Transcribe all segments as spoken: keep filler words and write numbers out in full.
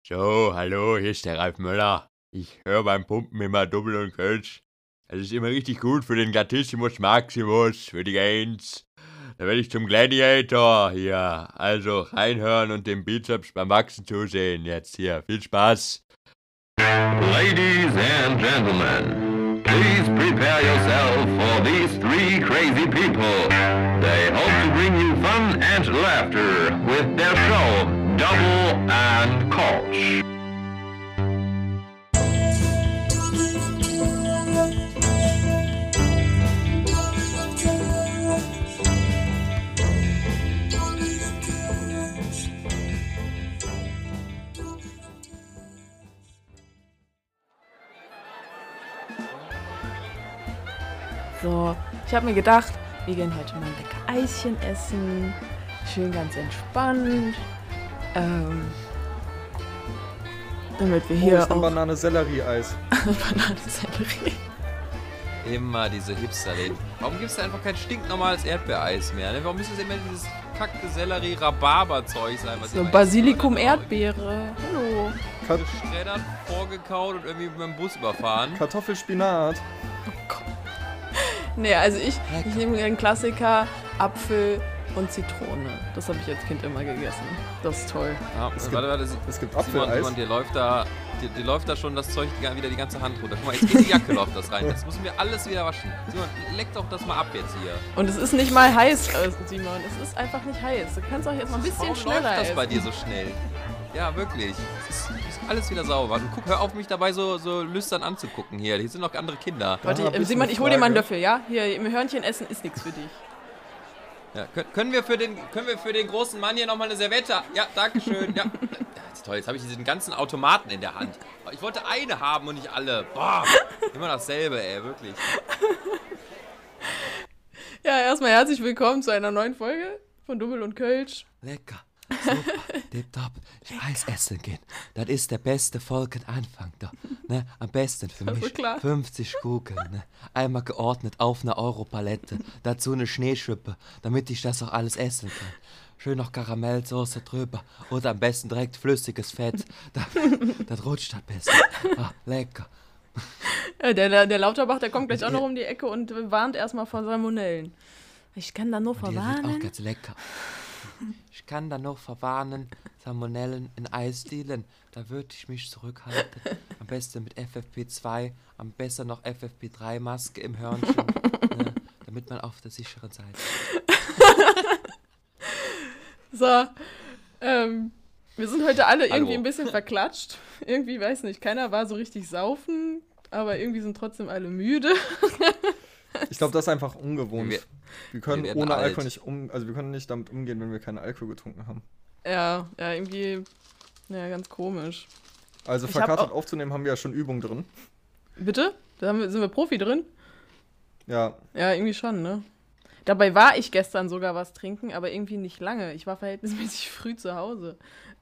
So, hallo, hier ist der Ralf Möller. Ich höre beim Pumpen immer Double und Kölsch. Das ist immer richtig gut für den Glatissimus Maximus, für die Gains. Da werde ich zum Gladiator hier. Also reinhören und dem Bizeps beim Wachsen zusehen. Jetzt hier. Viel Spaß. Ladies and gentlemen, please prepare yourself for these three crazy people. They hope to bring you fun and laughter with their show, Double and Couch. So, ich habe mir gedacht, wir gehen heute mal ein lecker Eischen essen. Schön ganz entspannt. Ähm, damit wir Hier hier ist ein auch Banane-Sellerie-Eis. Bananensellerie. Immer diese Hipster-Läden. Warum gibt es da einfach kein stinknormales Erdbeereis mehr? Ne? Warum müsste es immer dieses kackte Sellerie-Rhabarber-Zeug sein? Was So, immer Basilikum, extra- Erdbeere. Hallo. Kat Geschreddert, vorgekaut und irgendwie mit dem Bus überfahren. Kartoffelspinat. Nee, also ich, ich nehme den Klassiker Apfel und Zitrone. Das habe ich als Kind immer gegessen. Das ist toll. Ja, Es warte, gibt- warte, Sie- Es gibt Simon, Apfeleis. Simon, dir läuft da, dir, dir läuft da schon das Zeug die- wieder die ganze Hand runter. Guck mal, jetzt in die Jacke läuft das rein. Das müssen wir alles wieder waschen. Simon, leck doch das mal ab jetzt hier. Und es ist nicht mal heiß, äh, Simon. Es ist einfach nicht heiß. Du kannst auch jetzt mal ein bisschen Warum schneller läuft das essen. bei dir so schnell? Ja, wirklich. Es ist, ist alles wieder sauber. Und guck, hör auf, mich dabei so, so lüstern anzugucken hier. Hier sind noch andere Kinder. Warte, Ja, äh, bist du Simon, eine ich hol dir mal einen Frage? Löffel, ja? Hier, im Hörnchen essen ist nichts für dich. Ja, können, können, wir für den, können wir für den großen Mann hier nochmal eine Serviette? Ja, danke schön. Ja. Das ist toll, jetzt habe ich diesen ganzen Automaten in der Hand. Ich wollte eine haben und nicht alle. Boah, immer dasselbe, ey, wirklich. Ja, erstmal herzlich willkommen zu einer neuen Folge von Double und Kölsch. Lecker, super, tipptopp. Eis essen gehen. Das ist der beste Folgenanfang da. Ne? Am besten für Also mich. klar. fünfzig Kugeln. Ne? Einmal geordnet auf einer Europalette. Dazu eine Schneeschippe, damit ich das auch alles essen kann. Schön noch Karamellsoße drüber. Oder am besten direkt flüssiges Fett. Das, das rutscht halt besser. Ah, lecker. Ja, der, der, der Lauterbach, der kommt gleich auch noch um die Ecke und warnt erstmal vor Salmonellen. Ich kann da nur Die wird auch verwarnen. ganz lecker. Ich kann da noch verwarnen, Salmonellen in Eisdielen. Da würde ich mich zurückhalten. Am besten mit F F P zwei, am besten noch F F P drei Maske im Hörnchen, ne, damit man auf der sicheren Seite ist. So, ähm, wir sind heute alle irgendwie Hallo. ein bisschen verklatscht. Irgendwie, weiß nicht, keiner war so richtig saufen, aber irgendwie sind trotzdem alle müde. Ich glaube, das ist einfach ungewohnt. Wir- Wir können wir werden ohne alt. Alkohol nicht um, also wir können nicht damit umgehen, wenn wir keinen Alkohol getrunken haben. Ja, ja, irgendwie, ja, ganz komisch. Also Ich hab verkatert auch- aufzunehmen haben wir ja schon Übung drin. Bitte? Da haben wir, sind wir Profi drin? Ja, Ja, irgendwie schon, ne? Dabei war ich gestern sogar was trinken, aber irgendwie nicht lange. Ich war verhältnismäßig früh zu Hause.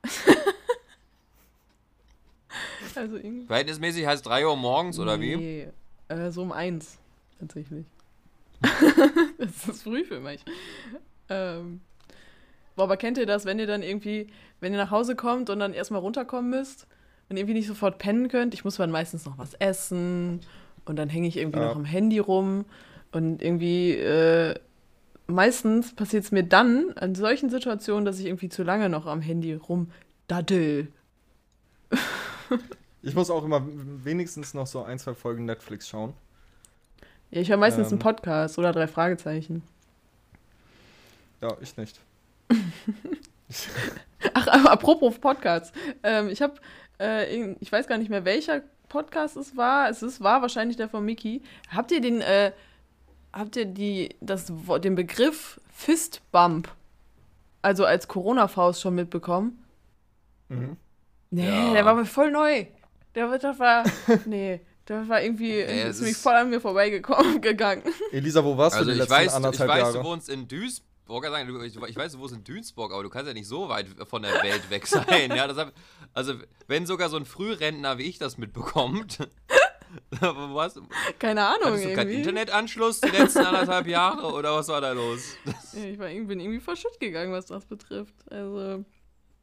Also irgendwie. Verhältnismäßig heißt drei Uhr morgens, oder wie? Nee, äh, so um eins, tatsächlich. Das ist früh für mich. Ähm, boah, aber kennt ihr das, wenn ihr dann irgendwie, wenn ihr nach Hause kommt und dann erstmal runterkommen müsst und irgendwie nicht sofort pennen könnt? Ich muss dann meistens noch was essen und dann hänge ich irgendwie Ja. noch am Handy rum und irgendwie, äh, meistens passiert es mir dann an solchen Situationen, dass ich irgendwie zu lange noch am Handy rumdaddel. ich muss auch immer wenigstens noch so ein, zwei Folgen Netflix schauen. Ja, ich höre meistens Ähm. einen Podcast oder drei Fragezeichen. Ja, ich nicht. Ach, aber apropos Podcasts. Ähm, ich habe, äh, irgend- ich weiß gar nicht mehr, welcher Podcast es war. Es ist, war wahrscheinlich der von Mickey. Habt ihr den, äh, habt ihr die, das, Wo- den Begriff Fistbump, also als Corona-Faust schon mitbekommen? Mhm. Nee, Ja. der war mir voll neu. Der war, das war, nee, der war irgendwie, Ja, es ziemlich ist- voll an mir vorbeigekommen gegangen. Elisa, wo warst Also du die ich letzten weiß, ich anderthalb weiß, Jahre? du wohnst in Duisburg. Sagen, du- Ich ich weiß, du wohnst in Duisburg, aber du kannst ja nicht so weit von der Welt weg sein. Ja, das hab, also wenn sogar so ein Frührentner wie ich das mitbekommt, wo hast, du- Keine Ahnung, hattest du keinen irgendwie. Internetanschluss die letzten anderthalb Jahre oder was war da los? Ja, ich war, irgendwie- bin irgendwie verschütt gegangen, was das betrifft. Also,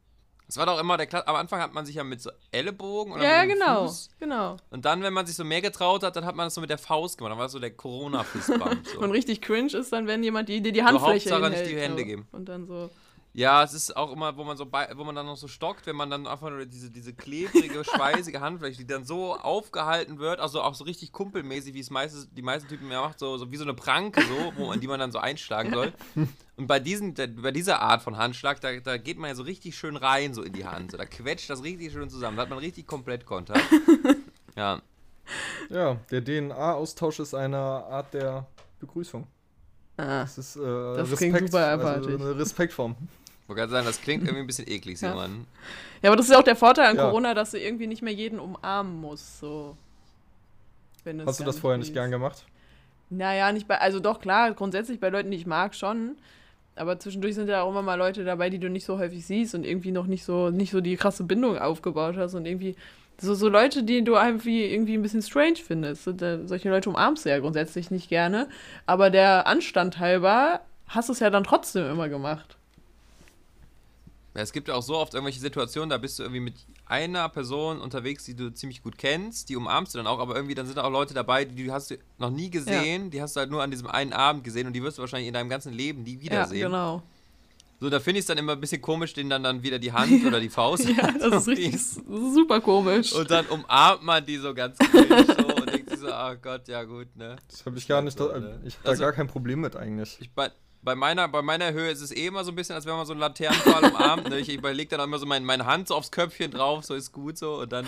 Es war doch immer der Kla- am Anfang hat man sich ja mit so Ellenbogen oder Ja, mit dem genau, Fuß. genau. Und dann, wenn man sich so mehr getraut hat, dann hat man das so mit der Faust gemacht. Dann war das so der Corona-Fistbump. So. Und richtig cringe ist dann, wenn jemand die, dir die Handfläche Hauptsache hinhält. nicht die Hände so. geben. Und dann so. Ja, es ist auch immer, wo man so bei, wo man dann noch so stockt, wenn man dann einfach nur diese, diese klebrige, schweißige Handfläche, die dann so aufgehalten wird, also auch so richtig kumpelmäßig, wie es meistens, die meisten Typen ja macht, so, so wie so eine Pranke, so, wo, an die man dann so einschlagen soll. Und bei, diesen, der, bei dieser Art von Handschlag, da, da geht man ja so richtig schön rein, so in die Hand. So, da quetscht das richtig schön zusammen. Da hat man richtig komplett Kontakt. Ja. Ja, der D N A-Austausch ist eine Art der Begrüßung. Ah. Das ist äh, Das klingt Respekt, super also abartig. eine Respektform. Ich wollte gerade sagen, das klingt irgendwie ein bisschen eklig, Ja. Simon. Ja, aber das ist ja auch der Vorteil an Ja. Corona, dass du irgendwie nicht mehr jeden umarmen musst. So. Wenn du es Hast du gar das vorher nicht willst. gern gemacht? Naja, nicht bei, also doch klar, grundsätzlich bei Leuten, die ich mag, schon. Aber zwischendurch sind ja auch immer mal Leute dabei, die du nicht so häufig siehst und irgendwie noch nicht so, nicht so die krasse Bindung aufgebaut hast und irgendwie so, so Leute, die du irgendwie, irgendwie ein bisschen strange findest. Und, äh, solche Leute umarmst du ja grundsätzlich nicht gerne. Aber der Anstand halber hast du es ja dann trotzdem immer gemacht. Ja, es gibt ja auch so oft irgendwelche Situationen, da bist du irgendwie mit einer Person unterwegs, die du ziemlich gut kennst, die umarmst du dann auch, aber irgendwie dann sind da auch Leute dabei, die du hast du noch nie gesehen, die hast du halt nur an diesem einen Abend gesehen und die wirst du wahrscheinlich in deinem ganzen Leben nie wiedersehen. Ja, genau. So, da finde ich es dann immer ein bisschen komisch, denen dann, dann wieder die Hand oder die Faust Ja, das ist richtig, das ist super komisch. und dann umarmt man die so ganz cringe so und denkt sich so, ah Gott, ja gut, ne. Das habe ich gar nicht, so, da, ne? ich hab da Also- gar kein Problem mit eigentlich. Ich bei, bei, meiner, bei meiner Höhe ist es eh immer so ein bisschen, als wenn man so einen Laternenpfahl umarmt. Ne? Ich überlege dann auch immer so mein, meine Hand so aufs Köpfchen drauf, so ist gut so und dann.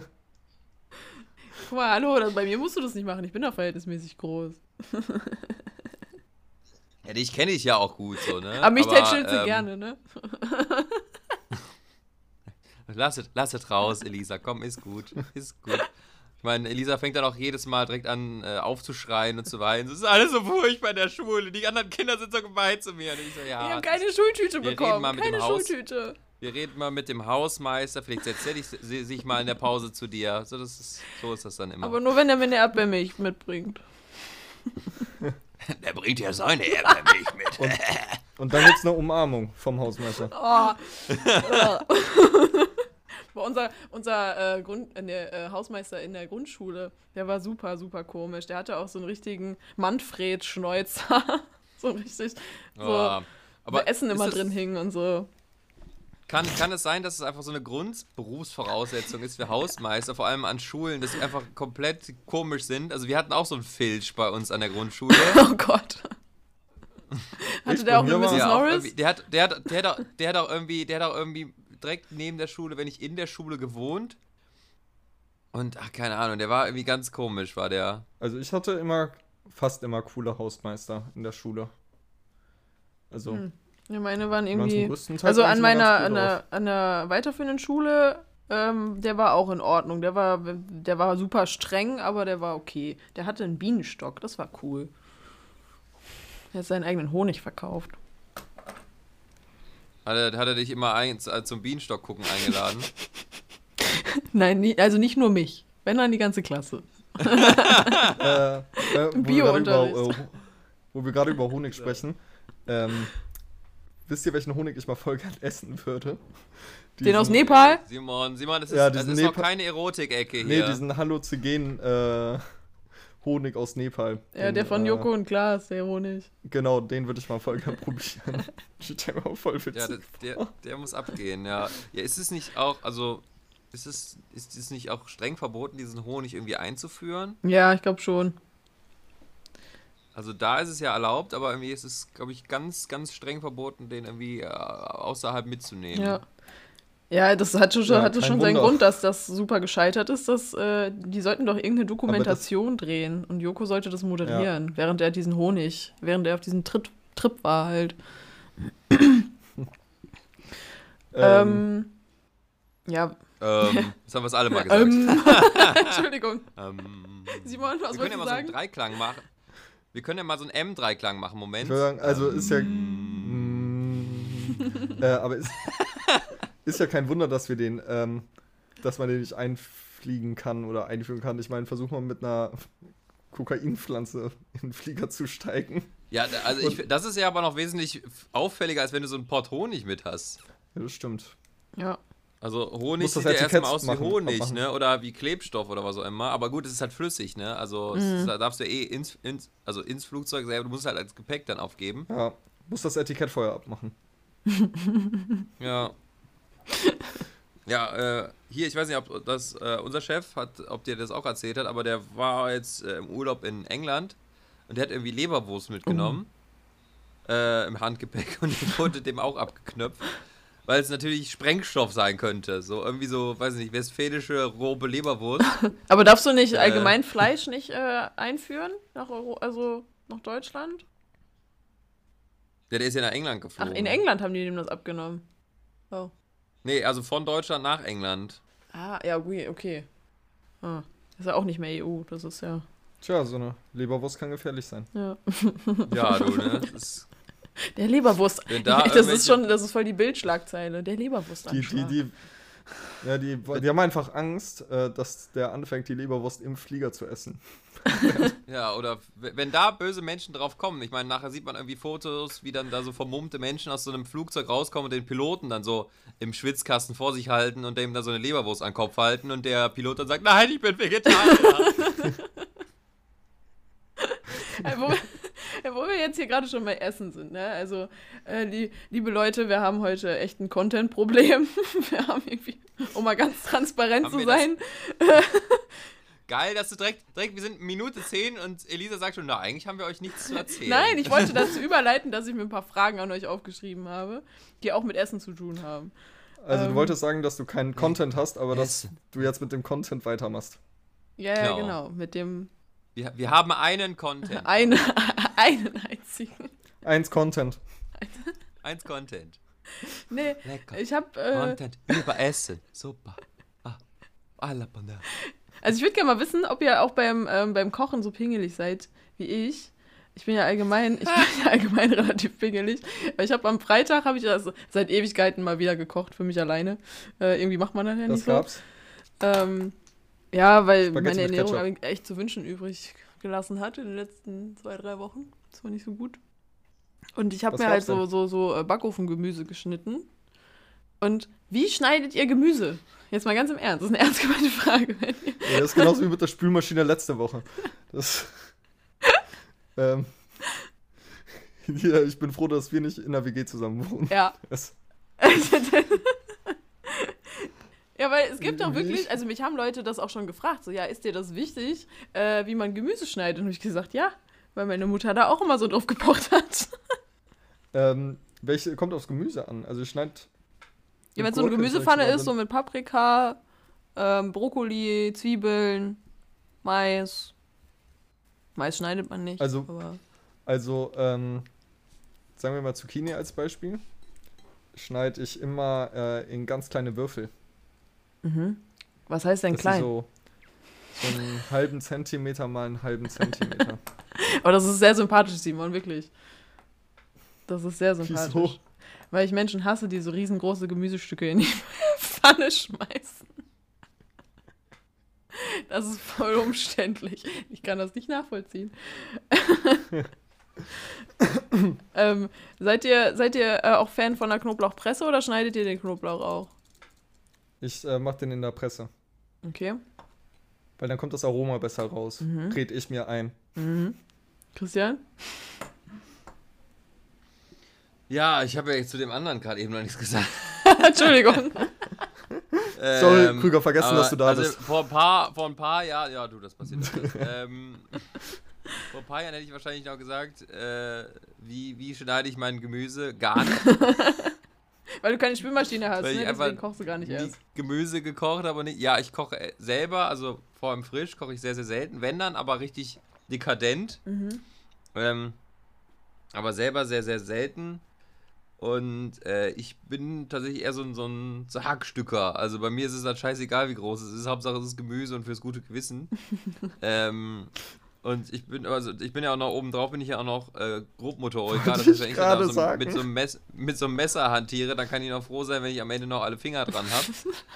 Guck mal, hallo, das, bei mir musst du das nicht machen. Ich bin doch verhältnismäßig groß. Ja, dich kenne ich ja auch gut so, ne? Aber mich Aber, tätschelt sie ähm, gerne, ne? Lass es, lass es raus, Elisa, komm, ist gut, ist gut. Ich meine, Elisa fängt dann auch jedes Mal direkt an, äh, aufzuschreien und zu weinen. Es ist alles so furchtbar in der Schule. Die anderen Kinder sind so gemein zu mir. Und ich so, ja. Ich habe keine Schultüte wir reden bekommen. mal mit Keine dem Haus. Schultüte. Wir reden mal mit dem Hausmeister. Vielleicht setzt er dich, se- sich mal in der Pause zu dir. So, das ist, so ist das dann immer. Aber nur wenn er mir eine Erdbeermilch mitbringt. Der bringt ja seine Erdbeermilch mit. Und, und dann gibt's eine Umarmung vom Hausmeister. Oh. Boah, unser unser äh, Grund, äh, der, äh, Hausmeister in der Grundschule, der war super, super komisch. Der hatte auch so einen richtigen Manfred-Schnäuzer. so richtig, so, Oh, wo Essen ist immer das- drin hing und so. Kann, kann es sein, dass es einfach so eine Grundberufsvoraussetzung ist für Hausmeister, vor allem an Schulen, dass sie einfach komplett komisch sind? Also wir hatten auch so einen Filch bei uns an der Grundschule. Oh Gott. Hatte Ich der auch bei eine mir war- Misses Der, auch Norris? irgendwie- der, hat, der, hat, der, hat auch, der hat auch irgendwie, der hat auch irgendwie direkt neben der Schule, wenn ich in der Schule gewohnt. Und ach, keine Ahnung, der war irgendwie ganz komisch, war der. Also ich hatte immer, fast immer coole Hausmeister in der Schule. Also, Hm. Ja, meine waren die waren zum irgendwie. größten Teil Also waren an sie immer meiner, ganz an cool drauf. der, an der weiterführenden Schule, ähm, der war auch in Ordnung. Der war, der war super streng, aber der war okay. Der hatte einen Bienenstock, das war cool. Er hat seinen eigenen Honig verkauft. Hat er, hat er dich immer ein, äh, zum Bienenstock gucken eingeladen? Nein, nie, also nicht nur mich. Wenn dann die ganze Klasse. äh, äh, wo wir gerade Bio-Unterricht. über, äh, wo wir gerade über Honig sprechen. Ähm, wisst ihr, welchen Honig ich mal voll gern essen würde? Den aus Diesen- Nepal? Simon, Simon, das ist, Ja, das diesen ist noch Nepal- keine Erotik-Ecke Nee, hier. diesen Halluzinogen äh, Honig aus Nepal. Ja, Den, der von äh, Joko und Klaas, der Honig. Genau, den würde ich mal voll gern probieren. Ich stell mir auch voll witzig. Ja, der, der, der muss abgehen, ja. Ja, ist es nicht auch, also, ist es, ist es nicht auch streng verboten, diesen Honig irgendwie einzuführen? Ja, ich glaube schon. Also da ist es ja erlaubt, aber irgendwie ist es, glaube ich, ganz, ganz streng verboten, den irgendwie äh, außerhalb mitzunehmen. Ja. Ja, das hat schon, Ja, hatte kein schon seinen Wunder. Grund, dass das super gescheitert ist. Dass, äh, die sollten doch irgendeine Dokumentation drehen und Joko sollte das moderieren, während er diesen Honig, während er auf diesem Trip, Trip war halt. Ähm, Ähm, ja. Ähm, das haben wir es alle mal gesagt. Ähm, Entschuldigung. Ähm, Simon, was wir können ja wolltest du mal so einen sagen? Dreiklang machen. Wir können ja mal so einen M-Dreiklang machen, Moment. ich würde sagen, also ist ja. Ähm, Mm, äh, aber ist, ist ja kein Wunder, dass wir den, ähm, dass man den nicht einfliegen kann oder einführen kann. Ich meine, versuch mal mit einer Kokainpflanze in den Flieger zu steigen. Ja, da- also ich, das ist ja aber noch wesentlich auffälliger, als wenn du so einen Port Honig mit hast. Ja, das stimmt. Ja. Also Honig Muss das sieht ja Etikett erstmal aus wie machen, Honig, abmachen. ne? Oder wie Klebstoff oder was auch immer. Aber gut, es ist halt flüssig, ne? Also es ist, da darfst du eh ins, ins, also ins Flugzeug selber, du musst halt als Gepäck dann aufgeben. Ja, muss das Etikett vorher abmachen. Ja. Ja, äh, hier, ich weiß nicht, ob das äh, unser Chef hat, ob dir das auch erzählt hat, aber der war jetzt äh, im Urlaub in England und der hat irgendwie Leberwurst mitgenommen. Äh, im Handgepäck und die wurde dem auch abgeknöpft. Weil es natürlich Sprengstoff sein könnte. So irgendwie so, weiß ich nicht, westfälische robe Leberwurst. Aber darfst du nicht Äh. allgemein Fleisch nicht äh, einführen nach Euro, also nach Deutschland? Ja, der ist ja nach England Ach, geflogen. in England haben die dem das abgenommen. Oh. Nee, also von Deutschland nach England. Ah, ja, okay. okay. Ah, das ist ja auch nicht mehr E U, das ist ja. Tja, so eine Leberwurst kann gefährlich sein. ja. Ja, du, ne? Das ist, Der Leberwurst. Wenn da das ist irgendwelche- schon, das ist voll die Bildschlagzeile. Der Die, Leberwurstanschlag. die, die, ja, die, die haben einfach Angst, äh, dass der anfängt, die Leberwurst im Flieger zu essen. ja, oder w- wenn da böse Menschen drauf kommen. Ich meine, nachher sieht man irgendwie Fotos, wie dann da so vermummte Menschen aus so einem Flugzeug rauskommen und den Piloten dann so im Schwitzkasten vor sich halten und dem da so eine Leberwurst an den Kopf halten und der Pilot dann sagt, nein, ich bin Vegetarier. Ja, wo, wir, ja, wo wir jetzt hier gerade schon bei Essen sind, ne? Also, äh, die, liebe Leute, wir haben heute echt ein Content-Problem. Wir haben irgendwie, um mal ganz transparent Haben zu wir das- sein. Geil, dass du direkt, direkt, wir sind Minute zehn und Elisa sagt schon, na, eigentlich haben wir euch nichts zu erzählen. Nein, ich wollte dazu überleiten, dass ich mir ein paar Fragen an euch aufgeschrieben habe, die auch mit Essen zu tun haben. Also Ähm. du wolltest sagen, dass du keinen Content hast, aber dass Essen. du jetzt mit dem Content weitermachst. Ja, ja, Genau. genau. Mit dem Wir, wir haben einen Content. einen, einen einzigen. Eins Content. Eins Content. Nee, Lecker. ich hab, äh, Content über Essen. Super. Ah, alla Banda. also ich würde gerne mal wissen, ob ihr auch beim, ähm, beim Kochen so pingelig seid wie ich. Ich bin ja allgemein, ich bin ja allgemein relativ pingelig. Weil ich habe am Freitag, habe ich also seit Ewigkeiten mal wieder gekocht für mich alleine. Äh, irgendwie macht man das ja Das nicht so. gab's. Ähm, ja, weil Spaghetti meine mit Ernährung Ketchup. eigentlich echt zu wünschen übrig gelassen hat in den letzten zwei, drei Wochen. Das war nicht so gut. Und ich habe Was mir halt gab's so, denn? so, so äh, Backofengemüse geschnitten. Und wie schneidet ihr Gemüse? Jetzt mal ganz im Ernst, das ist eine ernst gemeinte Frage. Wenn ihr Ja, das ist genauso wie mit der Spülmaschine letzte Woche. Das, ähm, ja, ich bin froh, dass wir nicht in der W G zusammen wohnen. ja. Das, Ja, weil es gibt doch Wie? wirklich, also mich haben Leute das auch schon gefragt, so, ja, ist dir das wichtig, äh, wie man Gemüse schneidet? Und hab ich gesagt, ja, weil meine Mutter da auch immer so drauf gepocht hat. ähm, welche kommt aufs Gemüse an? Also ich schneide. Ja, wenn es so eine Gemüsepfanne ist, so mit Paprika, ähm, Brokkoli, Zwiebeln, Mais. Mais schneidet man nicht. Also- aber Also, ähm, sagen wir mal Zucchini als Beispiel. Schneide ich immer äh, in ganz kleine Würfel. mhm. Was heißt denn Das klein? ist so, so einen halben Zentimeter mal einen halben Zentimeter. Aber das ist sehr sympathisch, Simon, wirklich. Das ist sehr sympathisch. Wieso? Weil ich Menschen hasse, die so riesengroße Gemüsestücke in die Pfanne schmeißen. Das ist voll umständlich. Ich kann das nicht nachvollziehen. ähm, seid ihr, seid ihr äh, auch Fan von der Knoblauchpresse oder schneidet ihr den Knoblauch auch? Ich äh, mache den in der Presse, Okay. weil dann kommt das Aroma besser raus. Mhm. Red ich mir ein. Mhm. Christian? Ja, ich habe ja jetzt zu dem anderen gerade eben noch nichts gesagt. Entschuldigung. Sorry, Ähm, Krüger, vergessen, aber dass du da also bist. Vor ein paar, vor ein paar Jahren, ja, du, das passiert öfters. ähm, vor ein paar Jahren hätte ich wahrscheinlich noch gesagt, äh, wie, wie schneide ich mein Gemüse? Gar nicht. Weil du keine Spülmaschine hast, Weil ich ne? einfach Deswegen kochst du gar nicht nie erst. Gemüse gekocht, aber nicht. Ja, ich koche äh, selber, also vor allem frisch koche ich sehr, sehr selten. Wenn dann, aber richtig dekadent. Mhm. Ähm, aber selber sehr, sehr selten. Und äh, ich bin tatsächlich eher so ein, so ein so Hackstücker. Also bei mir ist es halt scheißegal, wie groß es ist. Hauptsache es ist Gemüse und fürs gute Gewissen. ähm, und ich bin also ich bin ja auch noch oben drauf, bin ich ja auch noch äh, Grobmotoriker. Das Wollte heißt, wenn ich ich dann gerade auch so sagen. mit, so einem Mess, mit so einem Messer hantiere, dann kann ich noch froh sein, wenn ich am Ende noch alle Finger dran habe.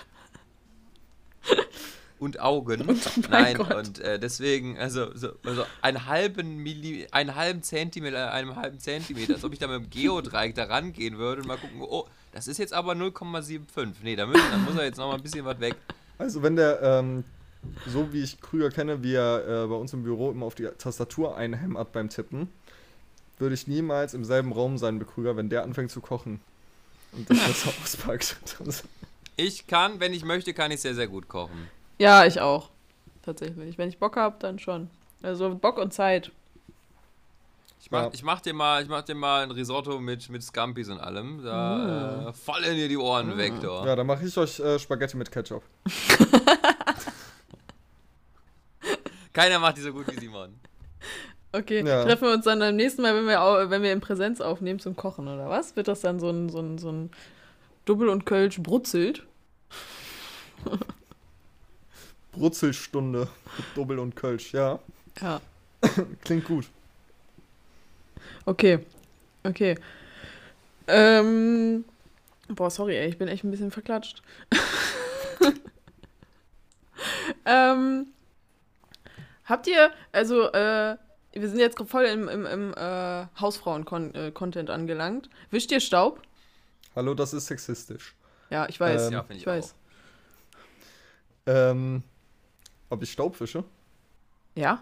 Und Augen. Und- mein Nein, Gott. und äh, deswegen, also, so, also einen halben Milli, einen halben Zentimeter, einem halben Zentimeter, als ob ich da mit dem Geodreieck da rangehen würde und mal gucken, oh, Das ist jetzt aber null Komma fünfundsiebzig. Nee, da, müssen, da muss er jetzt noch mal ein bisschen was weg. Also wenn der, ähm, so wie ich Krüger kenne, wie er äh, bei uns im Büro immer auf die Tastatur einhämmert beim Tippen, würde ich niemals im selben Raum sein mit Krüger, wenn der anfängt zu kochen und das Messer auspackt. Ich kann, wenn ich möchte, kann ich sehr, sehr gut kochen. Ja, ich auch. Tatsächlich. Wenn ich Bock habe, dann schon. Also Bock und Zeit. Ich mach, Ja. ich mach dir mal, ich mach dir mal ein Risotto mit, mit Scampis und allem. Da Mm. äh, fallen dir die Ohren Mm. weg, da. Ja, dann mache ich euch äh, Spaghetti mit Ketchup. Keiner macht die so gut wie Simon. Okay, Ja. treffen wir uns dann beim nächsten Mal, wenn wir, au- wenn wir in Präsenz aufnehmen zum Kochen, oder was? Wird das dann so ein, so ein, so ein Double und Kölsch brutzelt? Brutzelstunde mit Double und Kölsch, ja. Ja. Klingt gut. Okay. Okay. Ähm. Boah, sorry, ey, ich bin echt ein bisschen verklatscht. ähm. Habt ihr, also, äh, wir sind jetzt voll im, im, im äh, Hausfrauen-Content angelangt. Wischt ihr Staub? Hallo, das ist sexistisch. Ja, ich weiß. Ähm, Ja, finde ich ich weiß. auch. Ähm, ob ich Staub wische? Ja?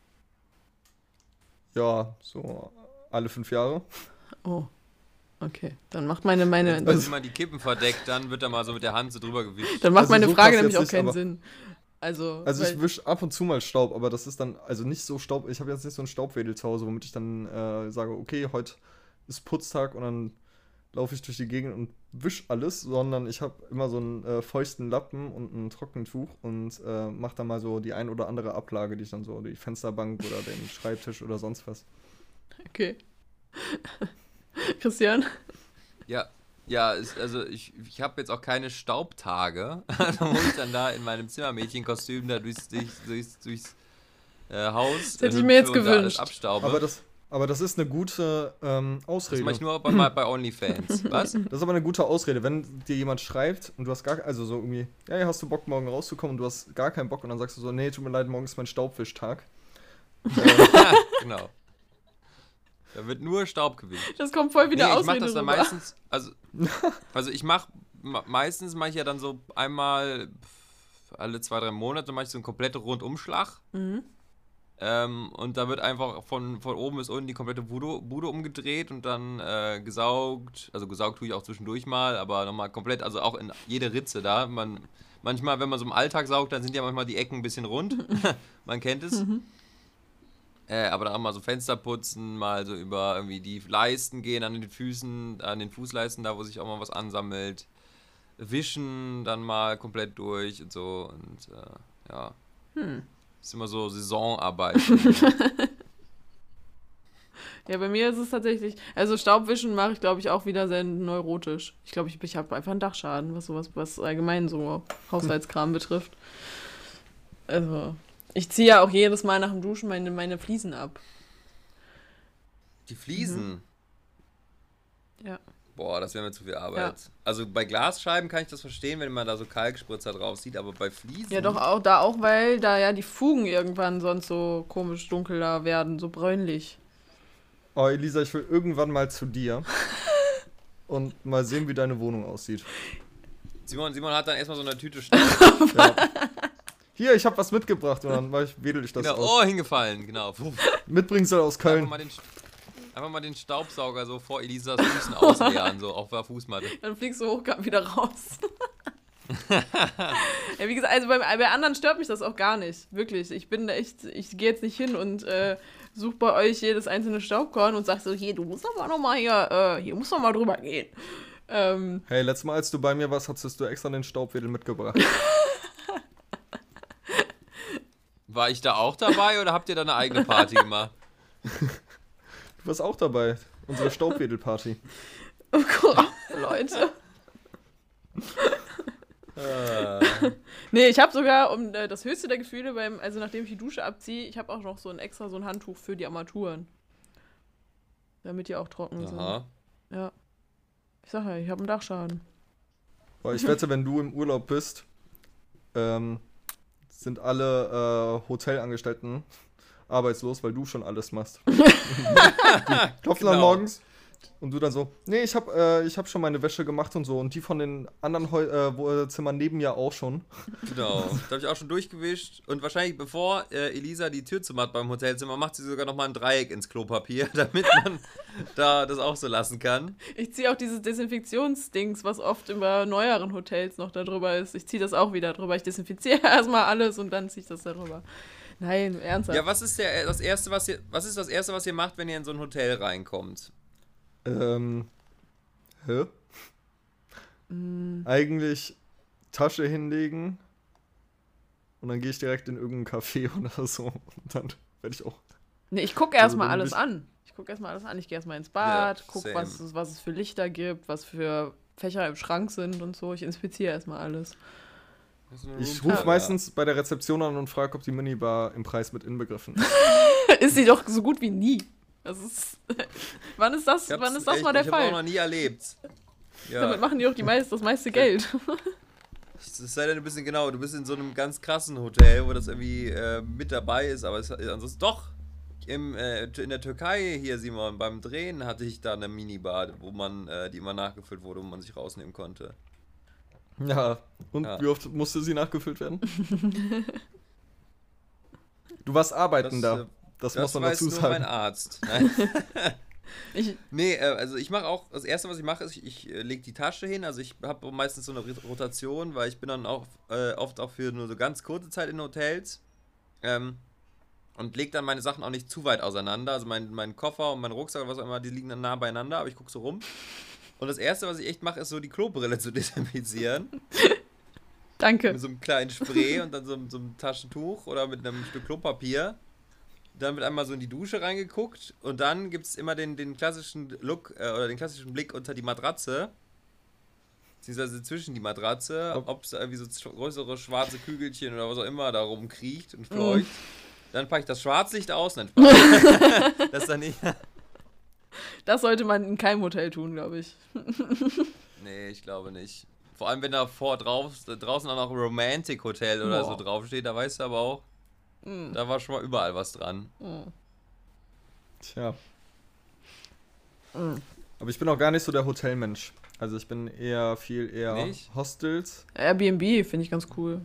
Ja, so alle fünf Jahre. Oh. Okay. Dann macht meine, meine, Wenn sie mal die Kippen verdeckt, dann wird da mal so mit der Hand so drüber gewischt. dann macht Also meine so Frage krass nämlich jetzt auch nicht, keinen aber- Sinn. Also, Also weil- ich wische ab und zu mal Staub, aber das ist dann, also nicht so Staub, ich habe jetzt nicht so einen Staubwedel zu Hause, womit ich dann äh, sage, okay, heute ist Putztag und dann laufe ich durch die Gegend und wisch alles, sondern ich habe immer so einen äh, feuchten Lappen und ein Trockentuch und äh, mache dann mal so die ein oder andere Ablage, die ich dann so, die Fensterbank oder den Schreibtisch oder sonst was. Okay. Christian? Ja, ja, ist, also ich, ich habe jetzt auch keine Staubtage. Also muss ich dann da in meinem Zimmermädchenkostüm da durchs, durchs, durchs, durchs äh, Haus Das hätte ich hüpfe mir jetzt und da alles gewünscht. abstaube. Aber das, aber das ist eine gute ähm, das Ausrede. mache ich nur bei, bei OnlyFans. Was? Das ist aber eine gute Ausrede, wenn dir jemand schreibt und du hast gar, also so irgendwie, ja, ja, hast du Bock morgen rauszukommen und du hast gar keinen Bock und dann sagst du so, nee, tut mir leid, morgen ist mein Staubwischtag. Genau. Da wird nur Staub gewischt. Das kommt voll wie Nee, eine ich mach Ausrede das dann rüber. meistens, also, also ich mach, ma- meistens mache ich ja dann so einmal pff, alle zwei, drei Monate mache ich so einen kompletten Rundumschlag. Mhm. Ähm, und da wird einfach von, von oben bis unten die komplette Bude, Bude umgedreht und dann äh, gesaugt. Also gesaugt tue ich auch zwischendurch mal, aber nochmal komplett, also auch in jede Ritze da. Man, manchmal, wenn man so im Alltag saugt, dann sind ja manchmal die Ecken ein bisschen rund. Man kennt es. Mhm. Äh, aber dann auch mal so Fenster putzen, mal so über irgendwie die Leisten gehen, an den Füßen, an den Fußleisten, da wo sich auch mal was ansammelt. Wischen dann mal komplett durch und so. Und äh, ja. Hm. Ist immer so Saisonarbeit. Ja, bei mir ist es tatsächlich, also Staubwischen mache ich, glaube ich, auch wieder sehr neurotisch. Ich glaube, ich, ich habe einfach einen Dachschaden, was sowas, was allgemein so Haushaltskram betrifft. Also, ich ziehe ja auch jedes Mal nach dem Duschen meine, meine Fliesen ab. Die Fliesen. Ja. Boah, das wäre mir zu viel Arbeit. Ja. Also bei Glasscheiben kann ich das verstehen, wenn man da so Kalkspritzer drauf sieht, aber bei Fliesen. Ja, doch auch da auch, weil da ja die Fugen irgendwann sonst so komisch dunkler werden, so bräunlich. Oh, Elisa, ich will irgendwann mal zu dir und mal sehen, wie deine Wohnung aussieht. Simon, Simon hat dann erstmal so eine Tüte Staub. Ja. Hier, ich habe was mitgebracht und dann mach ich, wedel ich das Genau, aus. oh, hingefallen, genau. Puh. Mitbringsel aus Einfach Köln. mal, den, einfach mal den Staubsauger so vor Elisas Füßen ausleeren, so auf der Fußmatte. Dann fliegst du hoch, wieder raus. Ja, wie gesagt, also bei, bei anderen stört mich das auch gar nicht. Wirklich. Ich bin da echt, ich gehe jetzt nicht hin und äh, suche bei euch jedes einzelne Staubkorn und sag so, hier, du musst aber noch mal hier, äh, hier musst du mal drüber gehen. Ähm, Hey, letztes Mal, als du bei mir warst, hattest du extra den Staubwedel mitgebracht. War ich da auch dabei oder habt ihr da eine eigene Party gemacht? Du warst auch dabei. Unsere Staubwedelparty. oh Gott, Leute. Äh, Nee, ich habe sogar, um äh, das höchste der Gefühle, beim, also nachdem ich die Dusche abziehe, ich habe auch noch so ein extra so ein Handtuch für die Armaturen. Damit die auch trocken aha. sind. Ja. Ich sag ja, ich habe einen Dachschaden. Boah, ich wette, wenn du im Urlaub bist, ähm, sind alle äh, Hotelangestellten arbeitslos, weil du schon alles machst. Die klopfen dann Genau. morgens. Und du dann so, nee, ich hab, äh, ich hab schon meine Wäsche gemacht und so. Und die von den anderen Heu äh, wo, äh, Zimmern neben mir auch schon. Genau. Da habe ich auch schon durchgewischt. Und wahrscheinlich, bevor äh, Elisa die Tür zumacht beim Hotelzimmer, macht sie sogar nochmal ein Dreieck ins Klopapier, damit man da das auch so lassen kann. Ich ziehe auch dieses Desinfektionsdings, was oft über neueren Hotels noch da drüber ist. Ich ziehe das auch wieder drüber. Ich desinfiziere erstmal alles und dann ziehe ich das da drüber. Nein, ernsthaft. Ja, was ist der, das erste, was ihr, was ist das Erste, was ihr macht, wenn ihr in so ein Hotel reinkommt? Ähm, hä? Mm. Eigentlich Tasche hinlegen und dann gehe ich direkt in irgendein Café oder so. Und dann werde ich auch. Nee, ich gucke Also, erstmal wenn alles ich- an. Ich gucke erstmal alles an. Ich gehe erstmal ins Bad, Ja, guck, same. was, es- was es für Lichter gibt, was für Fächer im Schrank sind und so. Ich inspiziere erstmal alles. Ich Ja. rufe meistens bei der Rezeption an und frage, ob die Minibar im Preis mit inbegriffen ist. Ist sie doch so gut wie nie. Das ist. Wann ist das, Ich hab's wann ist das echt- mal der ich hab's Fall? auch noch nie erlebt. Ja. Damit machen die auch die meist, das meiste Geld. Es sei denn, du bist in, genau, du bist in so einem ganz krassen Hotel, wo das irgendwie äh, mit dabei ist, aber es, ansonsten doch. Im, äh, in der Türkei hier, Simon, beim Drehen hatte ich da eine Minibar, wo man, äh, die immer nachgefüllt wurde, wo man sich rausnehmen konnte. Ja, und Ja. wie oft musste sie nachgefüllt werden? Du warst arbeiten Das, da. äh, Das, Das muss man weiß dazu nur mein sagen. Arzt. Nein. Ich, Nee, äh, also ich mache auch, das erste, was ich mache, ist, ich, ich äh, lege die Tasche hin, also ich habe meistens so eine Rotation, weil ich bin dann auch äh, oft auch für nur so ganz kurze Zeit in Hotels ähm, und lege dann meine Sachen auch nicht zu weit auseinander, also mein, mein Koffer und mein Rucksack oder was auch immer, die liegen dann nah beieinander, aber ich gucke so rum. Und das erste, was ich echt mache, ist so die Klobrille zu desinfizieren, danke. mit so einem kleinen Spray und dann so, so einem Taschentuch oder mit einem Stück Klopapier. Dann wird einmal so in die Dusche reingeguckt und dann gibt es immer den, den klassischen Look äh, oder den klassischen Blick unter die Matratze. Beziehungsweise zwischen die Matratze, Ob- ob es da irgendwie so sch- größere schwarze Kügelchen oder was auch immer da rumkriecht und fleucht. Dann packe ich das Schwarzlicht aus. Nein, Spaß. Das ist dann nicht. Das sollte man in keinem Hotel tun, glaube ich. Nee, ich glaube nicht. Vor allem, wenn da vor drauf, draußen auch noch Romantic Hotel oder so Boah. draufsteht, da weißt du aber auch, Mm. da war schon mal überall was dran. Mm. Tja. Mm. Aber ich bin auch gar nicht so der Hotelmensch. Also ich bin eher viel eher Nicht? Hostels. Airbnb finde ich ganz cool.